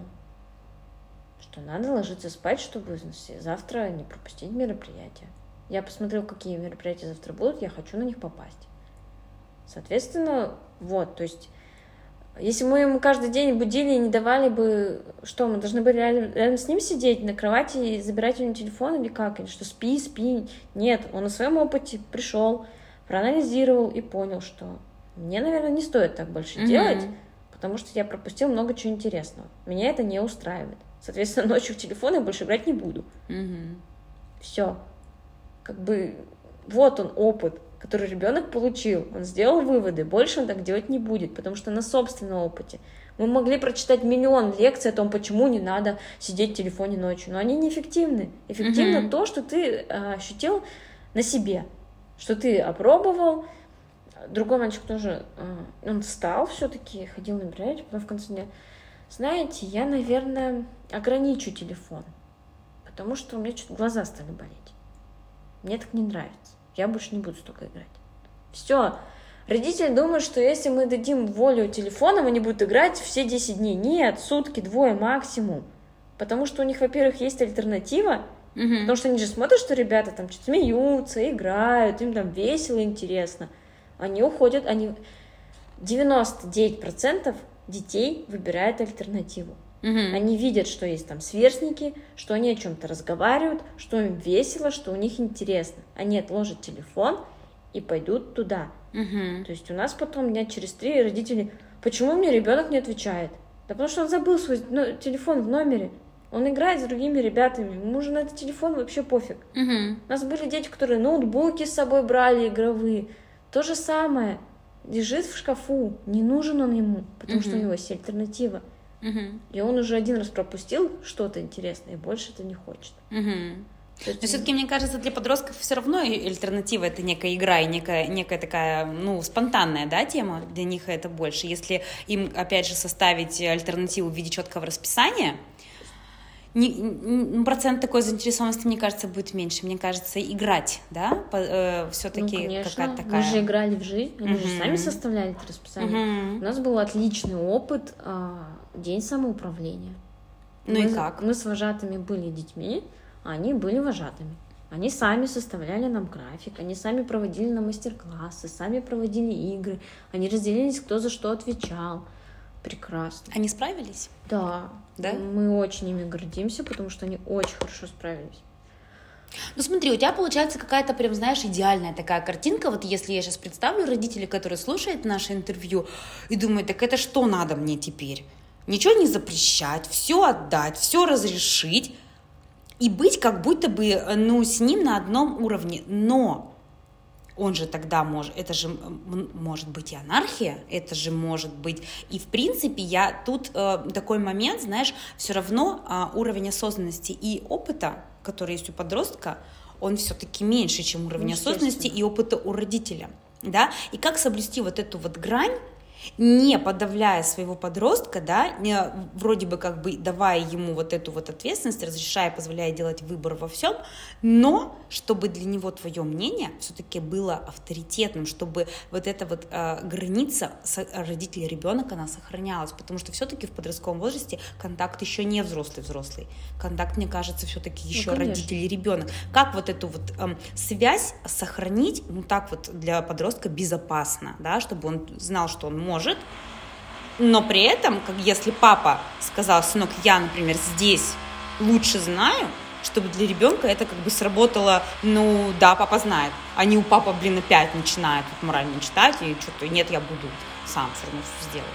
Что надо ложиться спать, чтобы завтра не пропустить мероприятие. Я посмотрел, какие мероприятия завтра будут, я хочу на них попасть. Соответственно, вот, то есть если мы ему каждый день будили и не давали бы, что мы должны были рядом, рядом с ним сидеть на кровати и забирать у него телефон или как, или что спи, спи. Нет, он на своем опыте пришел, проанализировал и понял, что мне, наверное, не стоит так больше mm-hmm. делать, потому что я пропустил много чего интересного. Меня это не устраивает. Соответственно, ночью в телефон я больше играть не буду. Mm-hmm. Все. Как бы вот он опыт, который ребенок получил, он сделал выводы, больше он так делать не будет, потому что на собственном опыте. Мы могли прочитать миллион лекций о том, почему не надо сидеть в телефоне ночью, но они неэффективны. Эффективно mm-hmm. то, что ты ощутил на себе, что ты опробовал. Другой мальчик тоже, он встал все-таки, ходил на мероприятие, потом в конце дня, знаете, я, наверное, ограничу телефон, потому что у меня что-то глаза стали болеть. Мне так не нравится. Я больше не буду столько играть. Все. Родители думают, что если мы дадим волю телефонам, они будут играть все десять дней. Нет, сутки, двое максимум. Потому что у них, во-первых, есть альтернатива. Mm-hmm. Потому что они же смотрят, что ребята там что-то смеются, играют, им там весело, интересно. Они уходят, они... девяносто девять процентов детей выбирают альтернативу. Mm-hmm. Они видят, что есть там сверстники, что они о чем-то разговаривают, что им весело, что у них интересно. Они отложат телефон и пойдут туда. Mm-hmm. То есть у нас потом дня через три родители, почему мне ребенок не отвечает? Да потому что он забыл свой ну, телефон в номере. Он играет с другими ребятами. Ему же на этот телефон вообще пофиг. Mm-hmm. У нас были дети, которые ноутбуки с собой брали игровые. То же самое. Лежит в шкафу. Не нужен он ему, потому mm-hmm. что у него есть альтернатива. Uh-huh. И он уже один раз пропустил что-то интересное, и больше это не хочет. Uh-huh. есть... Но все-таки, мне кажется, для подростков все равно альтернатива — это некая игра и некая, некая такая, ну, спонтанная, да, тема. Для них это больше. Если им, опять же, составить альтернативу в виде четкого расписания, не, не, процент такой заинтересованности, мне кажется, будет меньше. Мне кажется, играть, да, по, э, все-таки ну, какая-то такая... Мы же играли в жизнь, они uh-huh. же сами составляли это расписание. Uh-huh. У нас был отличный опыт, э, день самоуправления. Ну мы, и как? Мы с вожатыми были детьми, а они были вожатыми. Они сами составляли нам график, они сами проводили нам мастер-классы, сами проводили игры, они разделились, кто за что отвечал. Прекрасно. Они справились? Да. Да? Мы очень ими гордимся, потому что они очень хорошо справились. Ну смотри, у тебя получается какая-то прям, знаешь, идеальная такая картинка. Вот если я сейчас представлю родителей, которые слушают наше интервью и думают, так это что надо мне теперь? Ничего не запрещать, все отдать, все разрешить и быть как будто бы, ну, с ним на одном уровне. Но он же тогда может, это же может быть и анархия, это же может быть, и в принципе я тут э, такой момент, знаешь, все равно э, уровень осознанности и опыта, который есть у подростка, он все-таки меньше, чем уровень осознанности и опыта у родителя, да, и как соблюсти вот эту вот грань не подавляя своего подростка, да, не, вроде бы как бы давая ему вот эту вот ответственность, разрешая, позволяя делать выбор во всем, но чтобы для него твое мнение все-таки было авторитетным, чтобы вот эта вот э, граница родитель и ребенок, она сохранялась, потому что все-таки в подростковом возрасте контакт еще не взрослый-взрослый, контакт, мне кажется, все-таки еще ну, родитель и ребенок. Как вот эту вот э, связь сохранить, ну так вот для подростка безопасно, да, чтобы он знал, что он может, но при этом, как если папа сказал: сынок, я, например, здесь лучше знаю, чтобы для ребенка это как бы сработало, ну да, папа знает, а не у папы, блин, опять начинает вот морально читать, и что-то, нет, я буду сам все равно все сделаю.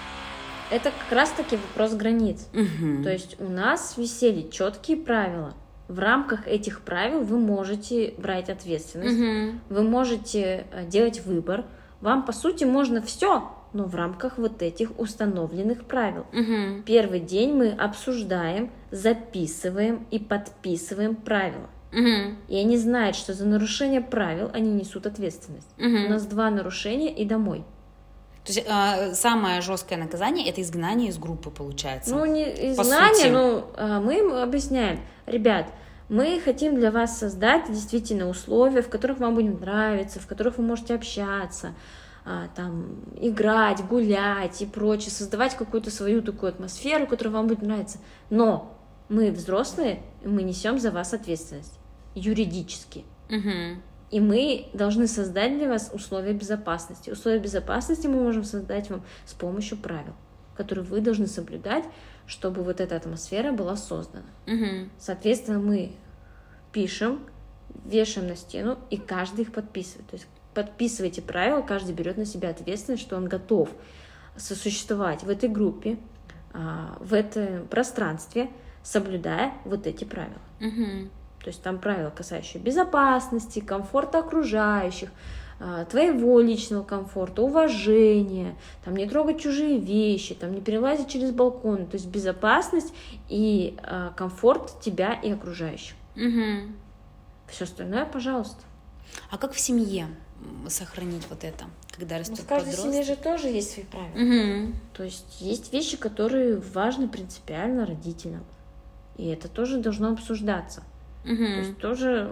Это как раз-таки вопрос границ. Угу. То есть у нас висели четкие правила. В рамках этих правил вы можете брать ответственность, угу. вы можете делать выбор. Вам, по сути, можно все, но в рамках вот этих установленных правил. Угу. Первый день мы обсуждаем, записываем и подписываем правила. Угу. И они знают, что за нарушение правил они несут ответственность. Угу. У нас два нарушения и домой. То есть э, самое жесткое наказание — это изгнание из группы, получается. Ну, не изгнание, но э, мы им объясняем: ребят, мы хотим для вас создать действительно условия, в которых вам будет нравиться, в которых вы можете общаться, э, там, играть, гулять и прочее, создавать какую-то свою такую атмосферу, которая вам будет нравиться. Но мы взрослые, мы несем за вас ответственность юридически. Угу. И мы должны создать для вас условия безопасности. Условия безопасности мы можем создать вам с помощью правил, которые вы должны соблюдать, чтобы вот эта атмосфера была создана. Угу. Соответственно, мы пишем, вешаем на стену, и каждый их подписывает. То есть подписывайте правила, каждый берет на себя ответственность, что он готов сосуществовать в этой группе, в этом пространстве, соблюдая вот эти правила. Угу. То есть там правила, касающиеся безопасности, комфорта окружающих, твоего личного комфорта, уважения, там не трогать чужие вещи, там не перелазить через балкон. То есть безопасность и комфорт тебя и окружающих. Угу. Все остальное, пожалуйста. А как в семье сохранить вот это, когда растет подросток? В каждой семье же тоже есть свои правила. Угу. То есть есть вещи, которые важны принципиально родителям. И это тоже должно обсуждаться. Угу. То есть тоже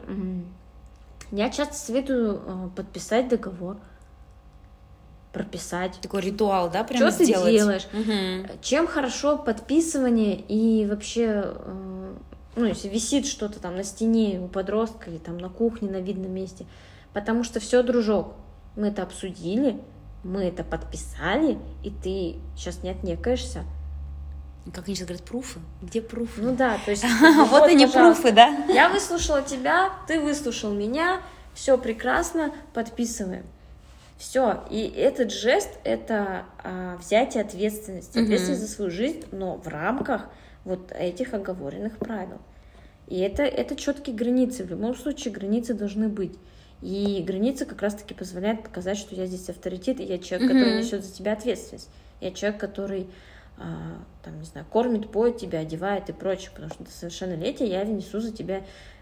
я часто советую подписать договор, прописать. Такой ритуал, да, прямо что сделать? Ты делаешь? Угу. Чем хорошо подписывание и вообще, ну, если висит что-то там на стене у подростка или там на кухне на видном месте, потому что все, дружок, мы это обсудили, мы это подписали, и ты сейчас не отнекаешься. Как они сейчас говорят, пруфы? Где пруфы? Ну да, то есть... Вот они пруфы, да? Я выслушала тебя, ты выслушал меня, все прекрасно, подписываем. Все, и этот жест — это а, взятие ответственности, ответственность за свою жизнь, но в рамках вот этих оговоренных правил. И это, это четкие границы, в любом случае границы должны быть. И границы как раз-таки позволяют показать, что я здесь авторитет, и я человек, который несет за тебя ответственность. Я человек, который... там, не знаю, кормит, поет тебя, одевает и прочее, потому что до совершеннолетия я несу за тебя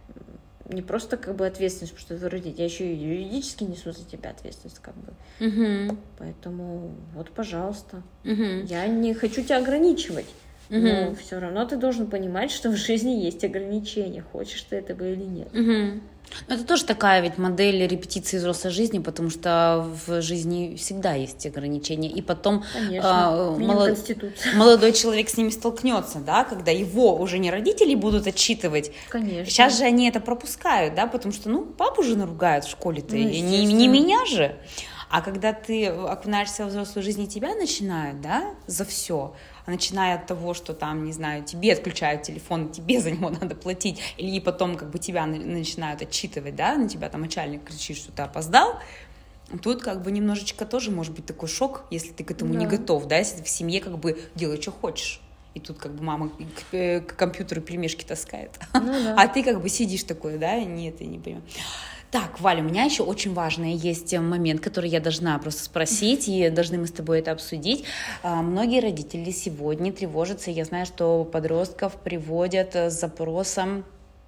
не просто как бы ответственность, потому что ты родитель, я еще и юридически несу за тебя ответственность, как бы. Угу. Поэтому вот, пожалуйста. Угу. Я не хочу тебя ограничивать, угу. но все равно ты должен понимать, что в жизни есть ограничения, хочешь ты этого или нет. Угу. Это тоже такая ведь модель репетиции взрослой жизни, потому что в жизни всегда есть ограничения. И потом Конечно, э, молод... молодой человек с ними столкнется, да, когда его уже не родители будут отчитывать. Конечно. Сейчас же они это пропускают, да, потому что, ну, папу же наругают в школе-то, ну, и не, не меня же. А когда ты окунаешься в взрослую жизнь, и тебя начинают, да, за все, начиная от того, что там, не знаю, тебе отключают телефон, тебе за него надо платить, или потом как бы тебя начинают отчитывать, да, на тебя там начальник кричит, что ты опоздал, тут как бы немножечко тоже может быть такой шок, если ты к этому да. не готов, да, если ты в семье как бы делай, что хочешь. И тут как бы мама к, к компьютеру пельмешки таскает, ну, да. а ты как бы сидишь такой, да, нет, я не понимаю. Так, Валя, у меня еще очень важный есть момент, который я должна просто спросить, и должны мы с тобой это обсудить. Многие родители сегодня тревожатся, я знаю, что подростков приводят с запросом.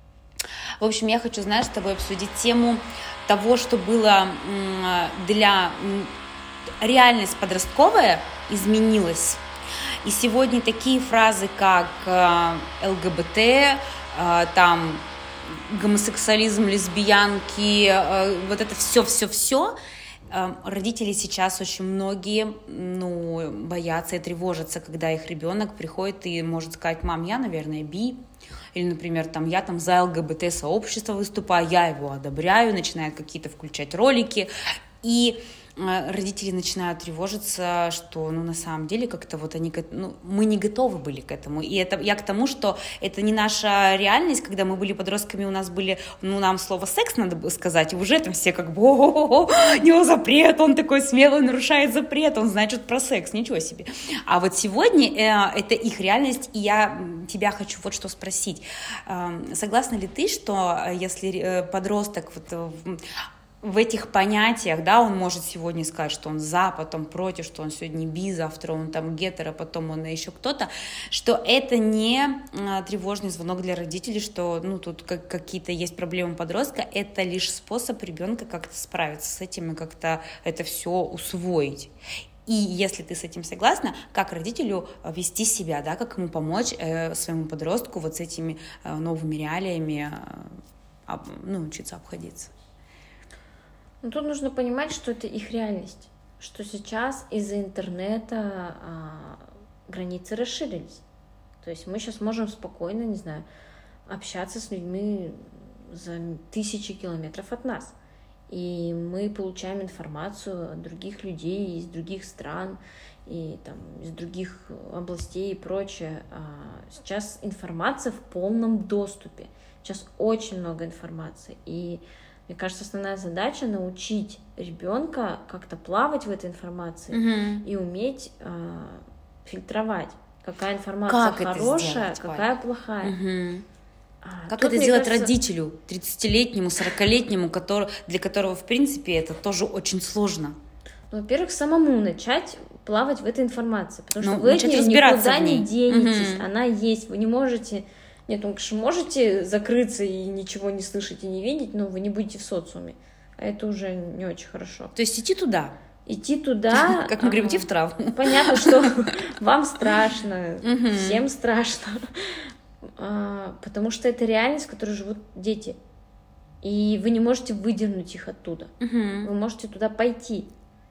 В общем, я хочу, знаешь, с тобой обсудить тему того, что было для реальность подростковая изменилась. И сегодня такие фразы, как э, ЛГБТ, э, там, гомосексуализм, лесбиянки, э, вот это все-все-все, э, родители сейчас очень многие, ну, боятся и тревожатся, когда их ребенок приходит и может сказать: мам, я, наверное, би, или, например, там, я там за ЛГБТ-сообщество выступаю, я его одобряю, начинает какие-то включать ролики, и родители начинают тревожиться, что, ну, на самом деле, как-то вот они, ну, мы не готовы были к этому, и это я к тому, что это не наша реальность, когда мы были подростками, у нас были, ну, нам слово секс надо было сказать, и уже там все как бы: о-о-о, у него запрет, он такой смелый, нарушает запрет, он знает что-то про секс, ничего себе. А вот сегодня э, это их реальность, и я тебя хочу вот что спросить. Э, согласна ли ты, что если подросток вот в этих понятиях, да, он может сегодня сказать, что он за, потом против, что он сегодня би, завтра он там гетеро, потом он еще кто-то, что это не тревожный звонок для родителей, что, ну, тут как, какие-то есть проблемы подростка, это лишь способ ребенка как-то справиться с этим и как-то это все усвоить. И если ты с этим согласна, как родителю вести себя, да, как ему помочь э, своему подростку вот с этими э, новыми реалиями э, ну, учиться обходиться? Но тут нужно понимать, что это их реальность, что сейчас из-за интернета а, границы расширились. То есть мы сейчас можем спокойно, не знаю, общаться с людьми за тысячи километров от нас. И мы получаем информацию от других людей из других стран, и там, из других областей и прочее. А сейчас информация в полном доступе. Сейчас очень много информации. И мне кажется, основная задача — научить ребенка как-то плавать в этой информации mm-hmm. и уметь э, фильтровать, какая информация как хорошая, сделать, какая Валя? Плохая. Mm-hmm. А, как тут, это сделать кажется... родителю, тридцатилетнему, сорокалетнему, который, для которого, в принципе, это тоже очень сложно? Ну, во-первых, самому начать плавать в этой информации, потому что ну, вы от нее никуда не денетесь, mm-hmm. она есть, вы не можете... Нет, ну, конечно, можете закрыться и ничего не слышать и не видеть, но вы не будете в социуме. А это уже не очень хорошо. То есть идти туда? Идти туда... Как мы говорим, идти в травму. Понятно, что вам страшно, всем страшно. Потому что это реальность, в которой живут дети. И вы не можете выдернуть их оттуда. Вы можете туда пойти.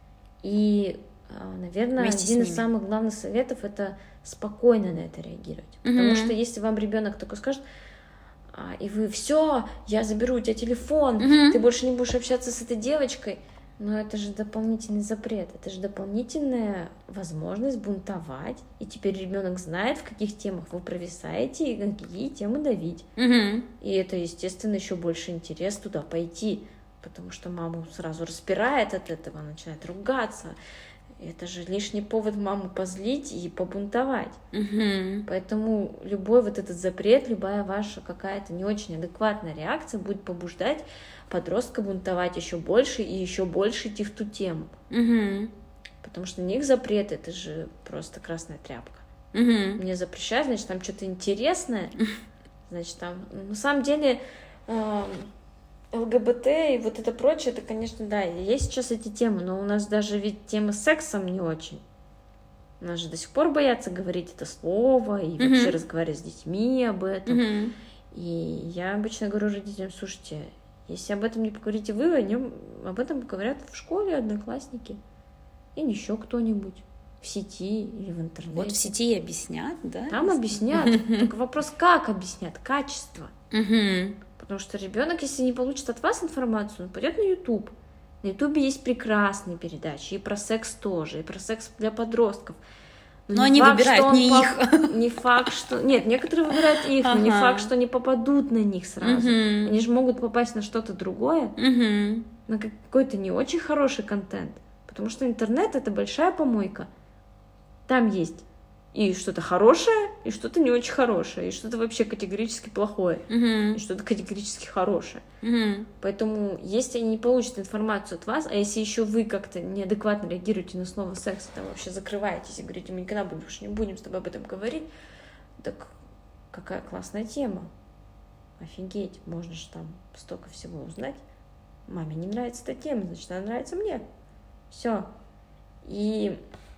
И, наверное, один из самых главных советов — это спокойно на это реагировать. Mm-hmm. Потому что если вам ребенок такой скажет, а, и вы: все, я заберу у тебя телефон, mm-hmm. ты больше не будешь общаться с этой девочкой, но это же дополнительный запрет, это же дополнительная возможность бунтовать, и теперь ребенок знает, в каких темах вы провисаете и на какие темы давить. Mm-hmm. И это, естественно, еще больше интерес туда пойти, потому что маму сразу распирает от этого, начинает ругаться. Это же лишний повод маму позлить и побунтовать. Mm-hmm. Поэтому любой вот этот запрет, любая ваша какая-то не очень адекватная реакция будет побуждать подростка бунтовать еще больше и еще больше идти в ту тему. Mm-hmm. Потому что для них запрет — это же просто красная тряпка. Mm-hmm. Мне запрещают, значит, там что-то интересное. Значит, там... На самом деле... Э- ЛГБТ и вот это прочее, это, конечно, да, есть сейчас эти темы, но у нас даже ведь тема с сексом не очень. У нас же до сих пор боятся говорить это слово и mm-hmm. вообще разговаривать с детьми об этом. Mm-hmm. И я обычно говорю родителям: слушайте, если об этом не поговорите вы, о нем, об этом говорят в школе одноклассники или еще кто-нибудь в сети или в интернете. Вот в сети объяснят, да? Там объяснят. Только вопрос, как объяснят, качество. Mm-hmm. Потому что ребенок, если не получит от вас информацию, он пойдет на YouTube. На YouTube есть прекрасные передачи, и про секс тоже, и про секс для подростков. Но, но они факт, выбирают не по... их. Не факт, что... Нет, некоторые выбирают их, ага. но не факт, что они попадут на них сразу. Угу. Они же могут попасть на что-то другое, угу. на какой-то не очень хороший контент. Потому что интернет — это большая помойка. Там есть и что-то хорошее, и что-то не очень хорошее, и что-то вообще категорически плохое, uh-huh. и что-то категорически хорошее. Uh-huh. Поэтому, если они не получат информацию от вас, а если еще вы как-то неадекватно реагируете на слово секс, там вообще закрываетесь и говорите: мы никогда больше не будем с тобой об этом говорить, так какая классная тема. Офигеть, можно же там столько всего узнать. Маме не нравится эта тема, значит, она нравится мне. Все. И,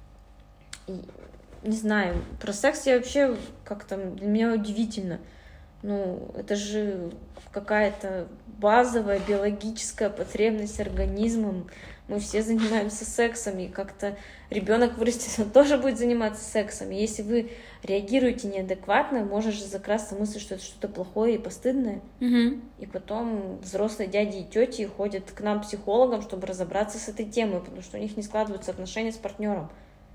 и не знаю, про секс я вообще как-то, для меня удивительно. Ну, это же какая-то базовая биологическая потребность организмом. Мы все занимаемся сексом, и как-то ребенок вырастет, он тоже будет заниматься сексом. И если вы реагируете неадекватно, может же закрасться мысль, что это что-то плохое и постыдное. Угу. И потом взрослые дяди и тети ходят к нам, психологам, чтобы разобраться с этой темой, потому что у них не складываются отношения с партнером.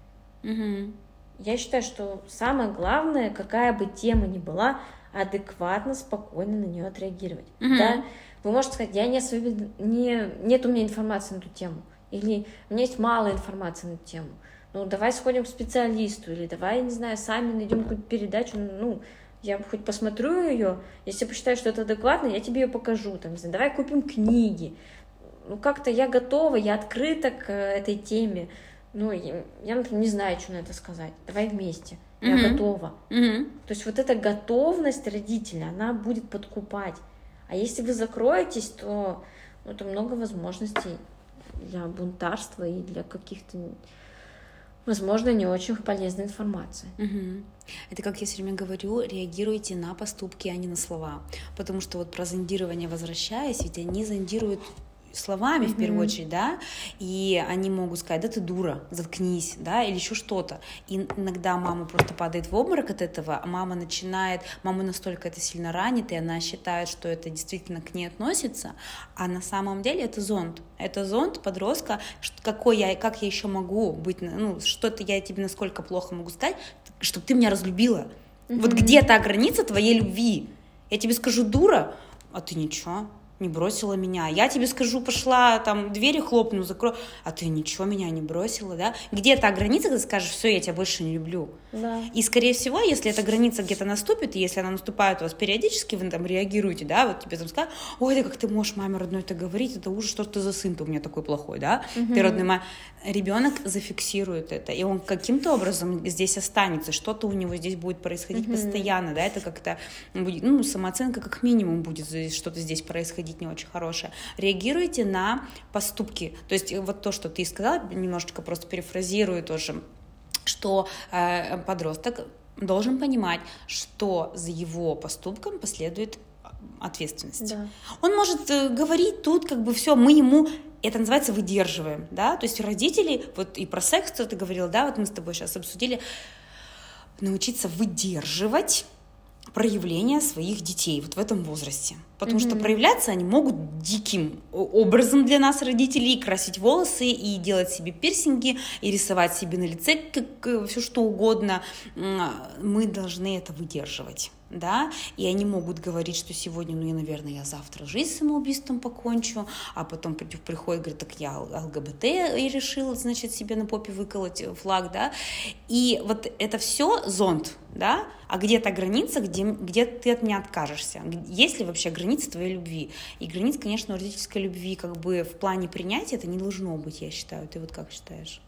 Угу. Я считаю, что самое главное, какая бы тема ни была, адекватно, спокойно на нее отреагировать. Угу. Да? Вы можете сказать, я не, освобод... не нет у меня информации на эту тему, или у меня есть мало информации на эту тему. Ну, давай сходим к специалисту, или давай, не знаю, сами найдем какую-то передачу, ну, я хоть посмотрю ее, если посчитаю, что это адекватно, я тебе ее покажу, там, не знаю, давай купим книги. Ну, как-то я готова, я открыта к этой теме. Ну, я, я например, не знаю, что на это сказать. Давай вместе. Я Mm-hmm. готова. Mm-hmm. То есть вот эта готовность родителя, она будет подкупать. А если вы закроетесь, то ну, там много возможностей для бунтарства и для каких-то, возможно, не очень полезной информации. Угу. Это, как я все время говорю, реагируйте на поступки, а не на слова. Потому что вот про зондирование возвращаясь, ведь они зондируют словами, mm-hmm. в первую очередь, да, и они могут сказать, да ты дура, заткнись, да, или еще что-то. И иногда мама просто падает в обморок от этого, а мама начинает, мама настолько это сильно ранит, и она считает, что это действительно к ней относится, а на самом деле это зонд. Это зонд подростка, какой я, как я еще могу быть, ну, что-то я тебе насколько плохо могу сказать, чтобы ты меня разлюбила. Mm-hmm. Вот где та граница твоей любви? Я тебе скажу дура, а ты ничего. Не бросила меня. Я тебе скажу, пошла, там, двери хлопну, закрою, а ты ничего меня не бросила, да? Где та граница, когда ты скажешь, все, я тебя больше не люблю? Да. И, скорее всего, если эта граница где-то наступит, и если она наступает у вас периодически, вы там реагируете, да, вот тебе там скажут, ой, да как ты можешь маме родной это говорить, это ужас, что ты за сын-то у меня такой плохой, да? Угу. Ты родной маме. Ребенок зафиксирует это, и он каким-то образом здесь останется, что-то у него здесь будет происходить угу. постоянно, да, это как-то будет, ну, самооценка как минимум будет что-то здесь происходить не очень хорошее. Реагируйте на поступки. То есть вот то, что ты сказала, немножечко просто перефразирую тоже, что э, подросток должен понимать, что за его поступком последует ответственность. Да. Он может э, говорить тут как бы все, мы ему, это называется выдерживаем, да, то есть родители, вот и про секс кто-то говорил, да, вот мы с тобой сейчас обсудили, научиться выдерживать проявления своих детей вот в этом возрасте. Потому mm-hmm. что проявляться они могут диким образом для нас, родителей, красить волосы и делать себе пирсинги, и рисовать себе на лице как, все что угодно. Мы должны это выдерживать. Да, и они могут говорить, что сегодня, ну, я, наверное, я завтра жизнь самоубийством покончу, а потом приходит, говорит, так я ЛГБТ и решила, значит, себе на попе выколоть флаг, да, и вот это все зонд, да, а где та граница, где, где ты от меня откажешься, есть ли вообще граница твоей любви, и границ, конечно, у родительской любви как бы в плане принятия это не должно быть, я считаю, ты вот как считаешь?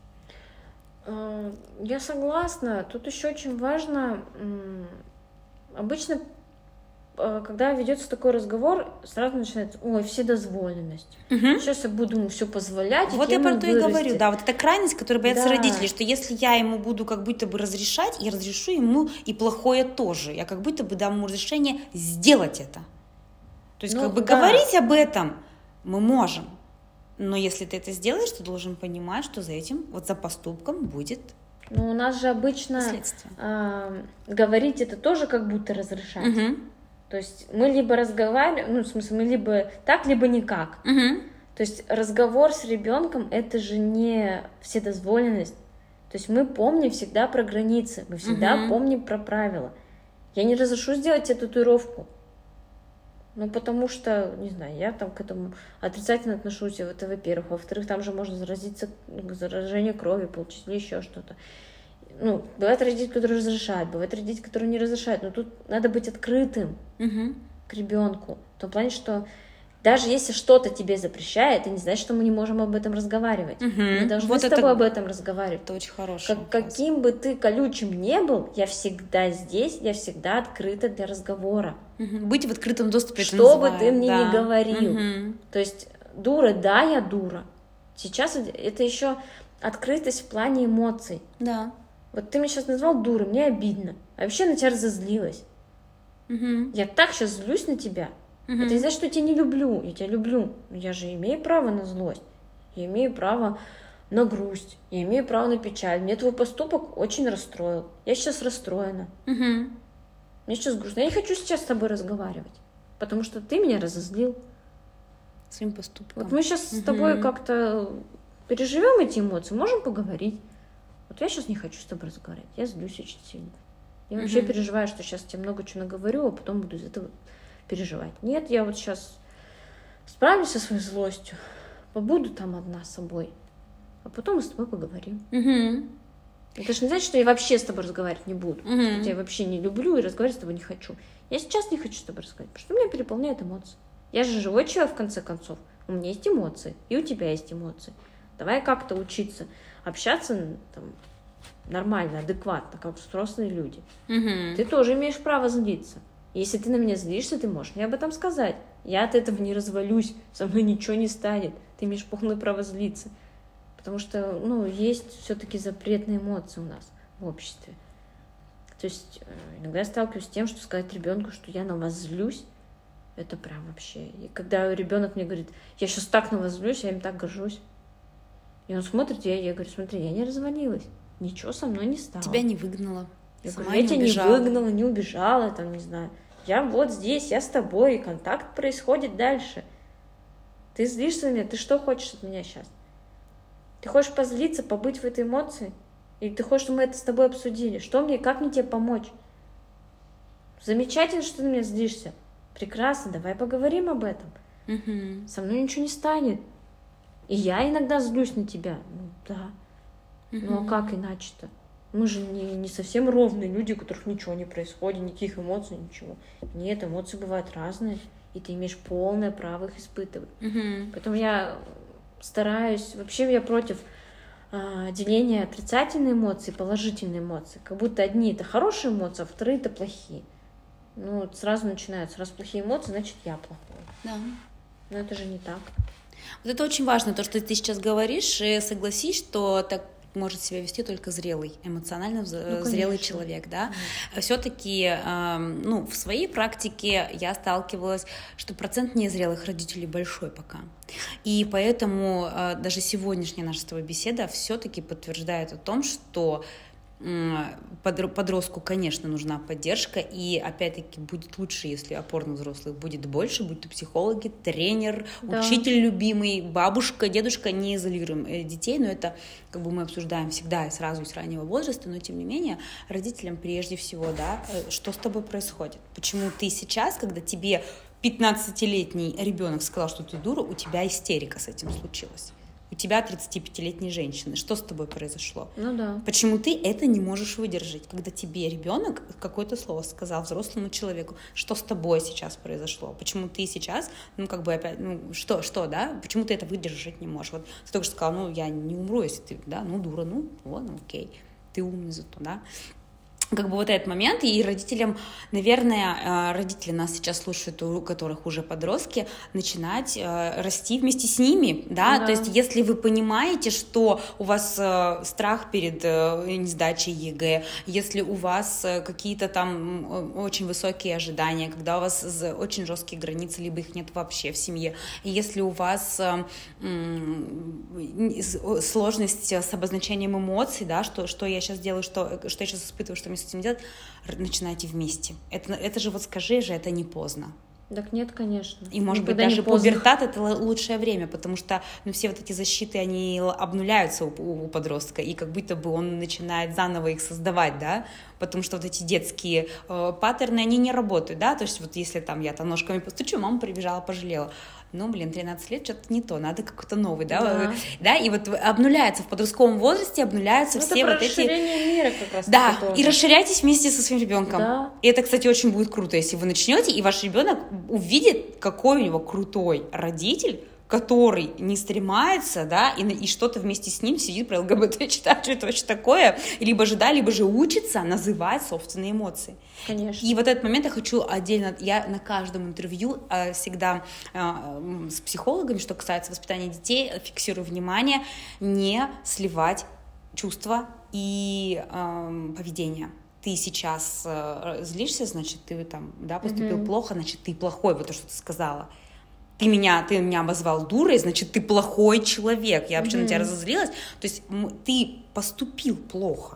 Я согласна, тут еще очень важно. Обычно, когда ведется такой разговор, сразу начинается, ой, вседозволенность. Угу. Сейчас я буду ему все позволять. Вот я про то и говорю, да, вот эта крайность, которую боятся да. родители, что если я ему буду как будто бы разрешать, я разрешу ему и плохое тоже. Я как будто бы дам ему разрешение сделать это. То есть ну, как бы да. говорить об этом мы можем, но если ты это сделаешь, ты должен понимать, что за этим, вот за поступком будет... Ну, у нас же обычно э, говорить это тоже как будто разрешать. Угу. То есть мы либо разговариваем, ну, в смысле, мы либо так, либо никак. Угу. То есть разговор с ребенком это же не вседозволенность. То есть мы помним всегда про границы, мы всегда угу. помним про правила. Я не разрешу сделать тебе татуировку. Ну, потому что, не знаю, я там к этому отрицательно отношусь, это во-первых. Во-вторых, там же можно заразиться, заражение крови получить или еще что-то. Ну, бывают родители, которые разрешают, бывают родители, которые не разрешают. Но тут надо быть открытым угу. к ребенку. В том плане, что даже если что-то тебе запрещает, это не значит, что мы не можем об этом разговаривать. Угу. Мы должны вот с это... тобой об этом разговаривать. Это очень хороший как, Каким бы ты колючим не был, я всегда здесь, я всегда открыта для разговора. Угу. Быть в открытом доступе. Что бы ты мне да. ни говорил. Угу. То есть дура, да, я дура. Сейчас это еще открытость в плане эмоций. Да. Вот ты меня сейчас назвал дурой, мне обидно. А вообще на тебя разозлилась. Угу. Я так сейчас злюсь на тебя. Угу. Это не значит, что я тебя не люблю. Я тебя люблю. Но я же имею право на злость. Я имею право на грусть. Я имею право на печаль. Мне твой поступок очень расстроил. Я сейчас расстроена. Угу. Мне сейчас грустно. Я не хочу сейчас с тобой разговаривать. Потому что ты меня разозлил. Своим поступком. Вот мы сейчас угу. с тобой как-то переживем эти эмоции, можем поговорить. Вот я сейчас не хочу с тобой разговаривать. Я злюсь очень сильно. Я вообще угу. переживаю, что сейчас тебе много чего наговорю, а потом буду из этого переживать. Нет, я вот сейчас справлюсь со своей злостью, побуду там одна с собой, а потом мы с тобой поговорим. Угу. Это же не значит, что я вообще с тобой разговаривать не буду. Угу. Я тебя вообще не люблю и разговаривать с тобой не хочу. Я сейчас не хочу с тобой разговаривать, потому что меня переполняют эмоции. Я же живой человек, в конце концов. У меня есть эмоции, и у тебя есть эмоции. Давай как-то учиться общаться там, нормально, адекватно, как взрослые люди. Угу. Ты тоже имеешь право злиться. Если ты на меня злишься, ты можешь мне об этом сказать. Я от этого не развалюсь, со мной ничего не станет. Ты имеешь полное право злиться. Потому что, ну, есть все-таки запрет на эмоции у нас в обществе. То есть иногда я сталкиваюсь с тем, что сказать ребенку, что я на вас злюсь, это прям вообще... И когда ребенок мне говорит, я сейчас так на вас злюсь, я им так горжусь. И он смотрит, и я, я говорю, смотри, я не развалилась, ничего со мной не стало. Тебя не выгнала. Я Сама говорю, я не тебя убежала. не выгнала, не убежала, там, не знаю. Я вот здесь, я с тобой, и контакт происходит дальше. Ты злишься на меня, ты что хочешь от меня сейчас? Ты хочешь позлиться, побыть в этой эмоции? Или ты хочешь, чтобы мы это с тобой обсудили? Что мне, как мне тебе помочь? Замечательно, что ты на меня злишься. Прекрасно, давай поговорим об этом. Угу. Со мной ничего не станет. И я иногда злюсь на тебя. Ну да. Угу. Ну а как иначе-то? Мы же не, не совсем ровные люди, у которых ничего не происходит, никаких эмоций, ничего. Нет, эмоции бывают разные, и ты имеешь полное право их испытывать. Угу. Поэтому я стараюсь... Вообще я против а, деления отрицательной эмоции и положительной эмоции. Как будто одни это хорошие эмоции, а вторые это плохие. Ну, вот сразу начинаются. Раз плохие эмоции, значит, я плохой. Да. Но это же не так. Вот это очень важно, то, что ты сейчас говоришь, и согласись, что так может себя вести только зрелый, эмоционально ну, зрелый человек, да. Mm. Все-таки, э, ну, в своей практике я сталкивалась, что процент незрелых родителей большой пока. И поэтому э, даже сегодняшняя наша с тобой беседа все-таки подтверждает о том, что подростку, конечно, нужна поддержка, и, опять-таки, будет лучше, если опорных взрослых будет больше, будь то психологи, тренер, да. учитель любимый, бабушка, дедушка, не изолируем детей, но это, как бы, мы обсуждаем всегда и сразу и с раннего возраста, но, тем не менее, родителям прежде всего, да, что с тобой происходит, почему ты сейчас, когда тебе пятнадцатилетний ребенок сказал, что ты дура, у тебя истерика с этим случилась. У тебя тридцатипятилетней женщины. Что с тобой произошло? Ну да. Почему ты это не можешь выдержать, когда тебе ребенок какое-то слово сказал взрослому человеку? Что с тобой сейчас произошло? Почему ты сейчас, ну как бы опять, ну что, что, да? Почему ты это выдержать не можешь? Вот ты только что сказал, ну я не умру, если ты, да, ну дура, ну ладно, окей, ты умный зато, да? Как бы вот этот момент, и родителям, наверное, родители нас сейчас слушают, у которых уже подростки, начинать расти вместе с ними, да, да. То есть если вы понимаете, что у вас страх перед сдачей ЕГЭ, если у вас какие-то там очень высокие ожидания, когда у вас очень жесткие границы, либо их нет вообще в семье, и если у вас сложность с обозначением эмоций, да, что, что я сейчас делаю, что, что я сейчас испытываю, что мне с этим делать, начинайте вместе. Это, это же вот скажи же, это не поздно. Так нет, конечно. И, может Никогда быть, даже пубертат — это лучшее время, потому что ну, все вот эти защиты, они обнуляются у, у подростка, и как будто бы он начинает заново их создавать, да, потому что вот эти детские э, паттерны, они не работают, да, то есть вот если там я там ножками постучу, мама прибежала, пожалела. Ну, блин, тринадцать лет, что-то не то, надо какой-то новый, да, да, да, и вот обнуляется в подростковом возрасте, обнуляются ну, все это вот эти... расширение мира как раз. Да, тоже. И расширяйтесь вместе со своим ребенком. Да. И это, кстати, очень будет круто, если вы начнете, и ваш ребенок увидит, какой у него крутой родитель, который не стремается, да, и, и что-то вместе с ним сидит про ЛГБТ, читает, что это вообще такое, либо же, да, либо же учится называть собственные эмоции. Конечно. И вот этот момент я хочу отдельно, я на каждом интервью э, всегда э, с психологами, что касается воспитания детей, фиксирую внимание, не сливать чувства и э, поведение. Ты сейчас э, злишься, значит, ты там, да, поступил mm-hmm. плохо, значит, ты плохой, вот то, что ты сказала. Ты меня, ты меня обозвал дурой, значит, ты плохой человек. Я вообще mm-hmm. на тебя разозлилась. То есть ты поступил плохо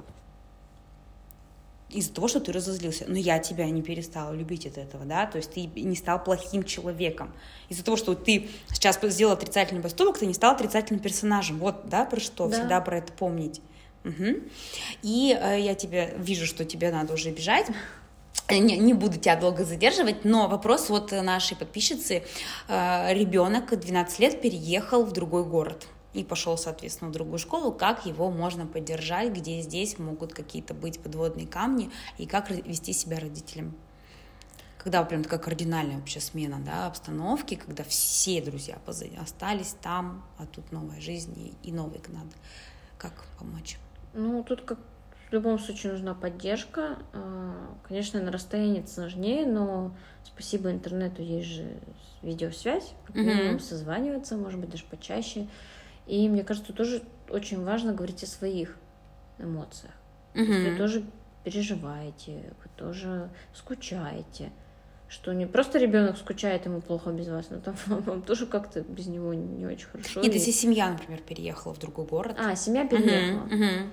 из-за того, что ты разозлился. Но я тебя не перестала любить от этого, да, то есть ты не стал плохим человеком. Из-за того, что ты сейчас сделал отрицательный поступок, ты не стал отрицательным персонажем. Вот, да, про что, да. Всегда про это помнить. Угу. И э, я тебя вижу, что тебе надо уже бежать. Не, не буду тебя долго задерживать, но вопрос вот нашей подписчицы. Ребенок двенадцать лет переехал в другой город и пошел, соответственно, в другую школу. Как его можно поддержать, где здесь могут какие-то быть подводные камни, и как вести себя родителям? Когда прям такая кардинальная вообще смена, да, обстановки, когда все друзья позади остались там, а тут новая жизнь и, и новый надо. Как помочь? Ну, тут как в любом случае нужна поддержка. Конечно, на расстоянии это сложнее, но спасибо интернету, есть же видеосвязь, как минимум mm-hmm. созваниваться, может быть, даже почаще. И мне кажется, тоже очень важно говорить о своих эмоциях. Mm-hmm. Вы тоже переживаете, вы тоже скучаете. Что не просто ребенок скучает, ему плохо без вас, но там вам тоже как-то без него не очень хорошо. Нет, если семья, например, переехала в другой город. А, семья переехала. Uh-huh, uh-huh.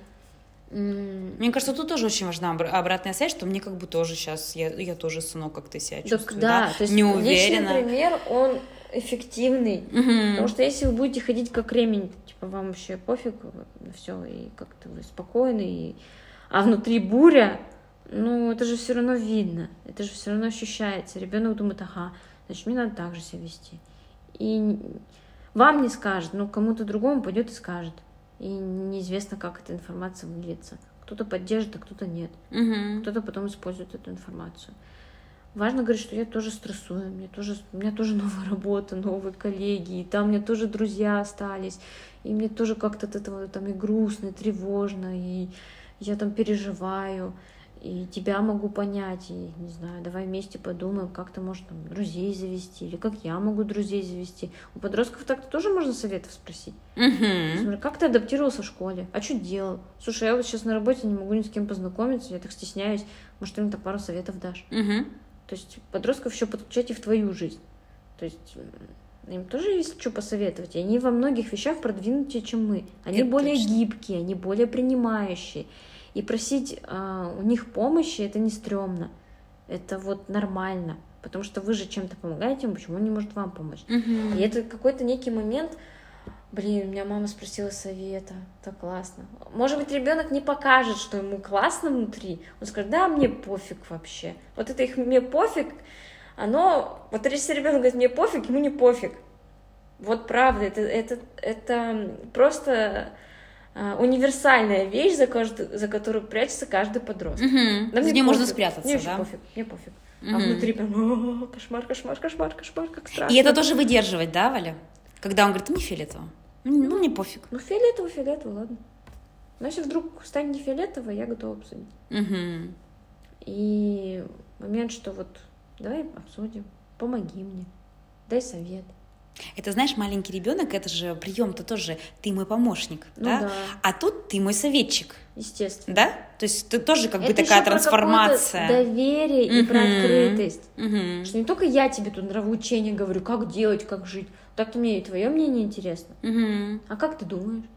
Mm. Мне кажется, тут тоже очень важна обратная связь, что мне как бы тоже сейчас, я, я тоже сынок как-то себя чувствую, так, да, да? То есть не уверена. Личный пример, он эффективный, uh-huh. потому что если вы будете ходить как ремень, типа вам вообще пофиг на все, и как-то вы спокойны, и... а внутри буря, ну, это же все равно видно, это же все равно ощущается. Ребенок думает, ага, значит, мне надо так же себя вести. И вам не скажет, но кому-то другому пойдет и скажет. И неизвестно, как эта информация выльется. Кто-то поддержит, а кто-то нет. Угу. Кто-то потом использует эту информацию. Важно говорить, что я тоже стрессую, мне тоже, у меня тоже новая работа, новые коллеги, и там у меня тоже друзья остались, и мне тоже как-то от этого там и грустно, и тревожно, и я там переживаю. И тебя могу понять, и, не знаю, давай вместе подумаем, как ты можешь там друзей завести, или как я могу друзей завести. У подростков так-то тоже можно советов спросить. Uh-huh. Смотри, как ты адаптировался в школе? А что делал? Слушай, я вот сейчас на работе не могу ни с кем познакомиться, я так стесняюсь. Может, ты мне так пару советов дашь? Uh-huh. То есть подростков еще подключайте в твою жизнь. То есть им тоже есть что посоветовать. И они во многих вещах продвинутее, чем мы. Они Это более точно. Гибкие, они более принимающие. И просить э, у них помощи, это не стрёмно, это вот нормально, потому что вы же чем-то помогаете, почему он не может вам помочь? Uh-huh. И это какой-то некий момент, блин, у меня мама спросила совета, так классно. Может быть, ребенок не покажет, что ему классно внутри, он скажет, да, мне пофиг вообще. Вот это их мне пофиг, оно, вот если ребенок говорит, мне пофиг, ему не пофиг. Вот правда, это, это, это просто... универсальная вещь, за, каждый, за которую прячется каждый подросток. Угу. Да, мне мне можно спрятаться, мне да? пофиг, мне пофиг. Угу. А внутри прям кошмар, кошмар, кошмар, кошмар, как страшно. И это тоже выдерживать, да, Валя? Когда он говорит, мне фиолетово. Ну, ну, мне пофиг. Ну, фиолетово, фиолетово, ладно. Но если вдруг станет не фиолетово, я готова обсудить. Угу. И момент, что вот давай обсудим, помоги мне, дай совет. Это, знаешь, маленький ребенок, это же прием-то тоже ты мой помощник, ну, да? да? А тут ты мой советчик. Естественно. Да? То есть это тоже как это бы такая трансформация. Про доверие и uh-huh. про открытость. Uh-huh. Что не только я тебе тут нравоучение говорю, как делать, как жить. Так-то мне и твое мнение интересно. Uh-huh. А как ты думаешь?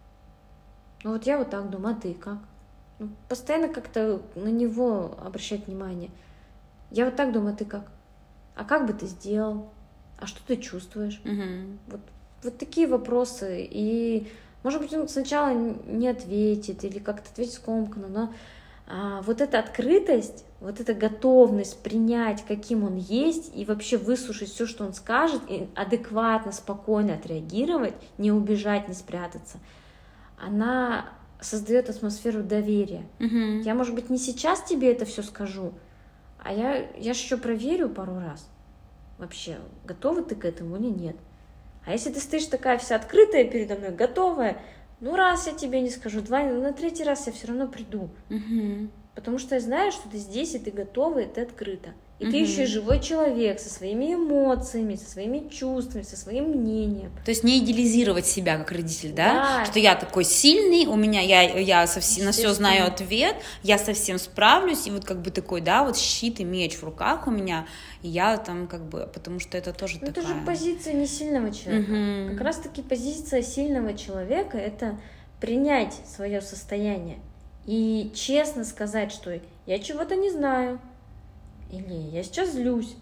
Ну вот я вот так думаю, а ты как? Ну, постоянно как-то на него обращать внимание. Я вот так думаю, а ты как? А как бы ты сделал? А что ты чувствуешь? Uh-huh. Вот, вот такие вопросы. И, может быть, он сначала не ответит или как-то ответит скомканно, но а, вот эта открытость, вот эта готовность принять, каким он есть, и вообще выслушать все, что он скажет, и адекватно, спокойно отреагировать, не убежать, не спрятаться, она создает атмосферу доверия. Uh-huh. Я, может быть, не сейчас тебе это все скажу, а я, я же еще проверю пару раз. Вообще, готова ты к этому или нет? А если ты стоишь такая вся открытая передо мной, готовая, ну раз я тебе не скажу, два, ну на третий раз я все равно приду. Угу. Потому что я знаю, что ты здесь, и ты готова, и ты открыта. И Угу. ты еще и живой человек со своими эмоциями, со своими чувствами, со своим мнением. То есть не идеализировать себя как родитель, да? Да. Что я такой сильный, у меня я, я совсем, на все знаю ответ, я совсем справлюсь, и вот как бы такой, да, вот щит и меч в руках у меня, и я там как бы, потому что это тоже Ну, такая... это же позиция не сильного человека. Угу. Как раз-таки позиция сильного человека — это принять свое состояние и честно сказать, что я чего-то не знаю, или я сейчас злюсь,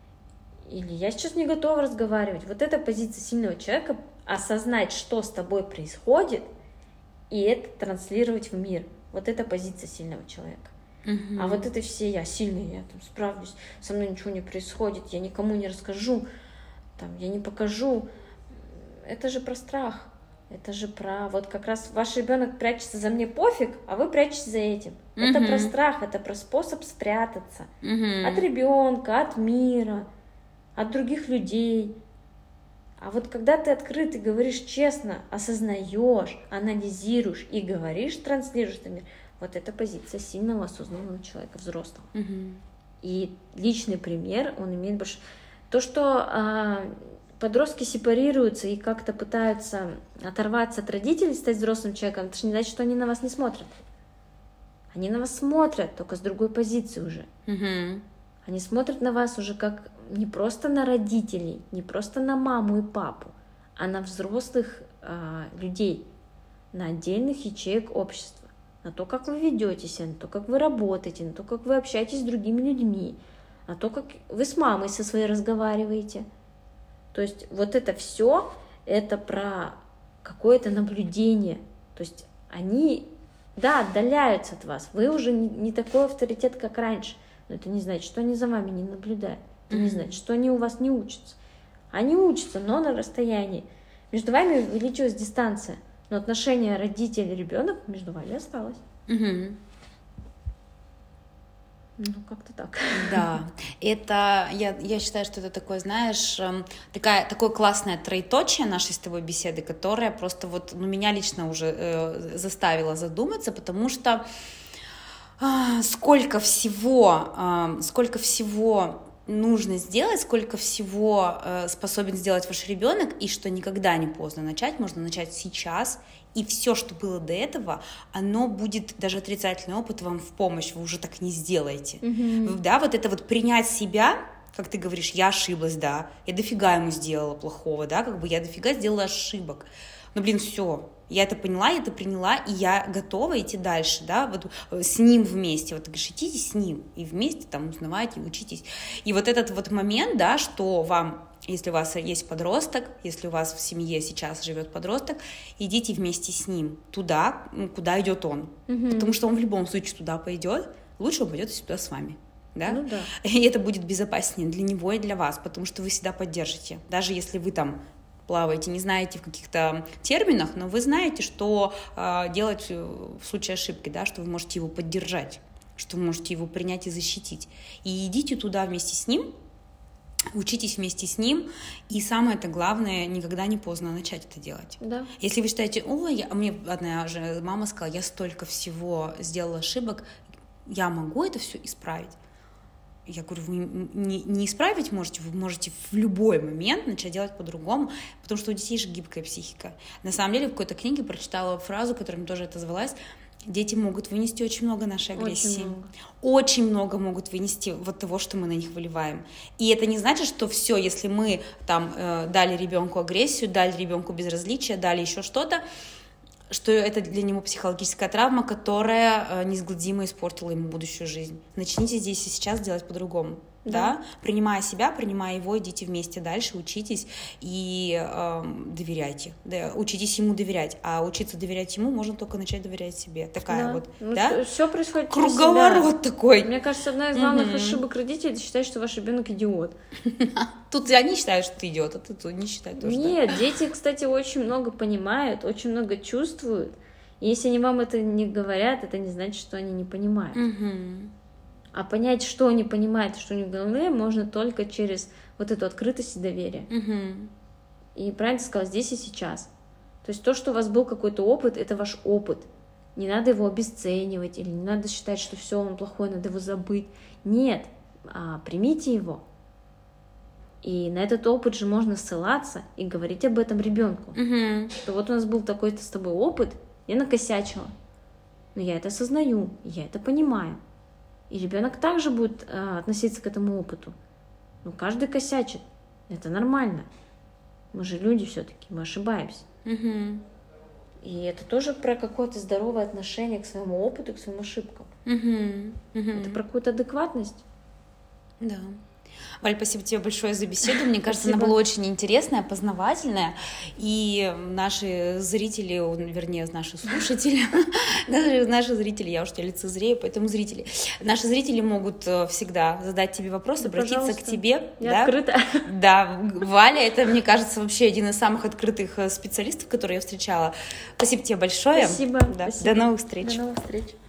или я сейчас не готова разговаривать. Вот это позиция сильного человека — осознать, что с тобой происходит, и это транслировать в мир. Вот это позиция сильного человека. Угу. А вот это все я сильный, я там справлюсь, со мной ничего не происходит, я никому не расскажу, там, я не покажу. Это же про страх. Это же про... Вот как раз ваш ребенок прячется за «мне пофиг», а вы прячетесь за этим. Mm-hmm. Это про страх, это про способ спрятаться. Mm-hmm. От ребенка, от мира, от других людей. А вот когда ты открыт и говоришь честно, осознаешь, анализируешь и говоришь, транслируешь на мир, вот это позиция сильного, осознанного человека, взрослого. Mm-hmm. И личный пример, он имеет больше... То, что... А... Подростки сепарируются и как-то пытаются оторваться от родителей, стать взрослым человеком, это же не значит, что они на вас не смотрят. Они на вас смотрят, только с другой позиции уже. Угу. Они смотрят на вас уже как не просто на родителей, не просто на маму и папу, а на взрослых э, людей, на отдельных ячеек общества, на то, как вы ведете себя, на то, как вы работаете, на то, как вы общаетесь с другими людьми, на то, как вы с мамой со своей разговариваете. То есть вот это все, это про какое-то наблюдение. То есть они, да, отдаляются от вас. Вы уже не, не такой авторитет, как раньше. Но это не значит, что они за вами не наблюдают. Это mm-hmm. не значит, что они у вас не учатся. Они учатся, но на расстоянии. Между вами увеличилась дистанция, но отношение родитель-ребенок между вами осталось. Mm-hmm. Ну, как-то так. Да, это, я, я считаю, что это такое, знаешь, такая, такое классное троеточие нашей с тобой беседы, которое просто вот, ну, меня лично уже э, заставило задуматься, потому что э, сколько всего, э, сколько всего нужно сделать, сколько всего э, способен сделать ваш ребенок, и что никогда не поздно начать, можно начать сейчас, и все, что было до этого, оно будет, даже отрицательный опыт вам в помощь, вы уже так не сделаете. Mm-hmm. Да, вот это вот принять себя, как ты говоришь, я ошиблась, да, я дофига ему сделала плохого, да, как бы я дофига сделала ошибок, но, блин, все, я это поняла, я это приняла, и я готова идти дальше, да, вот с ним вместе, вот ты говоришь, идите с ним, и вместе там узнавайте, учитесь, и вот этот вот момент, да, что вам, если у вас есть подросток, если у вас в семье сейчас живет подросток, идите вместе с ним туда, куда идет он, mm-hmm. потому что он в любом случае туда пойдет, лучше он пойдет сюда с вами. Да? Ну, да. И это будет безопаснее для него и для вас, потому что вы всегда поддержите, даже если вы там плаваете, не знаете в каких-то терминах, но вы знаете, что э, делать в случае ошибки, да, что вы можете его поддержать, что вы можете его принять и защитить. И идите туда вместе с ним, учитесь вместе с ним, и самое-то главное, никогда не поздно начать это делать. Да. Если вы считаете, ой, я... мне одна же мама сказала, я столько всего сделала ошибок, я могу это все исправить. Я говорю, вы не, не исправить можете, вы можете в любой момент начать делать по-другому, потому что у детей же гибкая психика. На самом деле в какой-то книге прочитала фразу, которая мне тоже отозвалась: дети могут вынести очень много нашей агрессии. Очень много. Очень много могут вынести вот того, что мы на них выливаем. И это не значит, что все, если мы там э, дали ребенку агрессию, дали ребенку безразличие, дали еще что-то, что это для него психологическая травма, которая э, неизгладимо испортила ему будущую жизнь. Начните здесь и сейчас делать по-другому. Да. Да? Принимая себя, принимая его, идите вместе дальше, учитесь и э, доверяйте. Да, учитесь ему доверять. А учиться доверять ему можно только начать доверять себе. Такая да. вот, ну, да? Все происходит через круговорот себя. Такой. Мне кажется, одна из главных mm-hmm. ошибок родителей — это считать, что ваш ребенок идиот. Тут они считают, что ты идиот, а ты тут не считаешь тоже. Нет, дети, кстати, очень много понимают, очень много чувствуют. И если они вам это не говорят, это не значит, что они не понимают. Mm-hmm. А понять, что они понимают, что у них в голове, можно только через вот эту открытость и доверие. Mm-hmm. И правильно ты сказала, здесь и сейчас. То есть то, что у вас был какой-то опыт, это ваш опыт. Не надо его обесценивать, или не надо считать, что все, он плохой, надо его забыть. Нет, а, примите его. И на этот опыт же можно ссылаться и говорить об этом ребенку. Угу. Что вот у нас был такой-то с тобой опыт, я накосячила. Но я это осознаю, я это понимаю. И ребенок также будет а, относиться к этому опыту. Ну, каждый косячит. Это нормально. Мы же люди все-таки, мы ошибаемся. Угу. И это тоже про какое-то здоровое отношение к своему опыту, к своим ошибкам. Угу. Угу. Это про какую-то адекватность. Да. Валь, спасибо тебе большое за беседу. Мне кажется, Спасибо. она была очень интересная, познавательная. И наши зрители, вернее, наши слушатели, даже наши зрители, я уж тебя лицезрею, поэтому зрители. Наши зрители могут всегда задать тебе вопрос, Да, обратиться пожалуйста. к тебе. Я да? открыта. Да, Валя, это, мне кажется, вообще один из самых открытых специалистов, которые я встречала. Спасибо тебе большое. Спасибо. Да. Спасибо. До новых встреч. До новых встреч.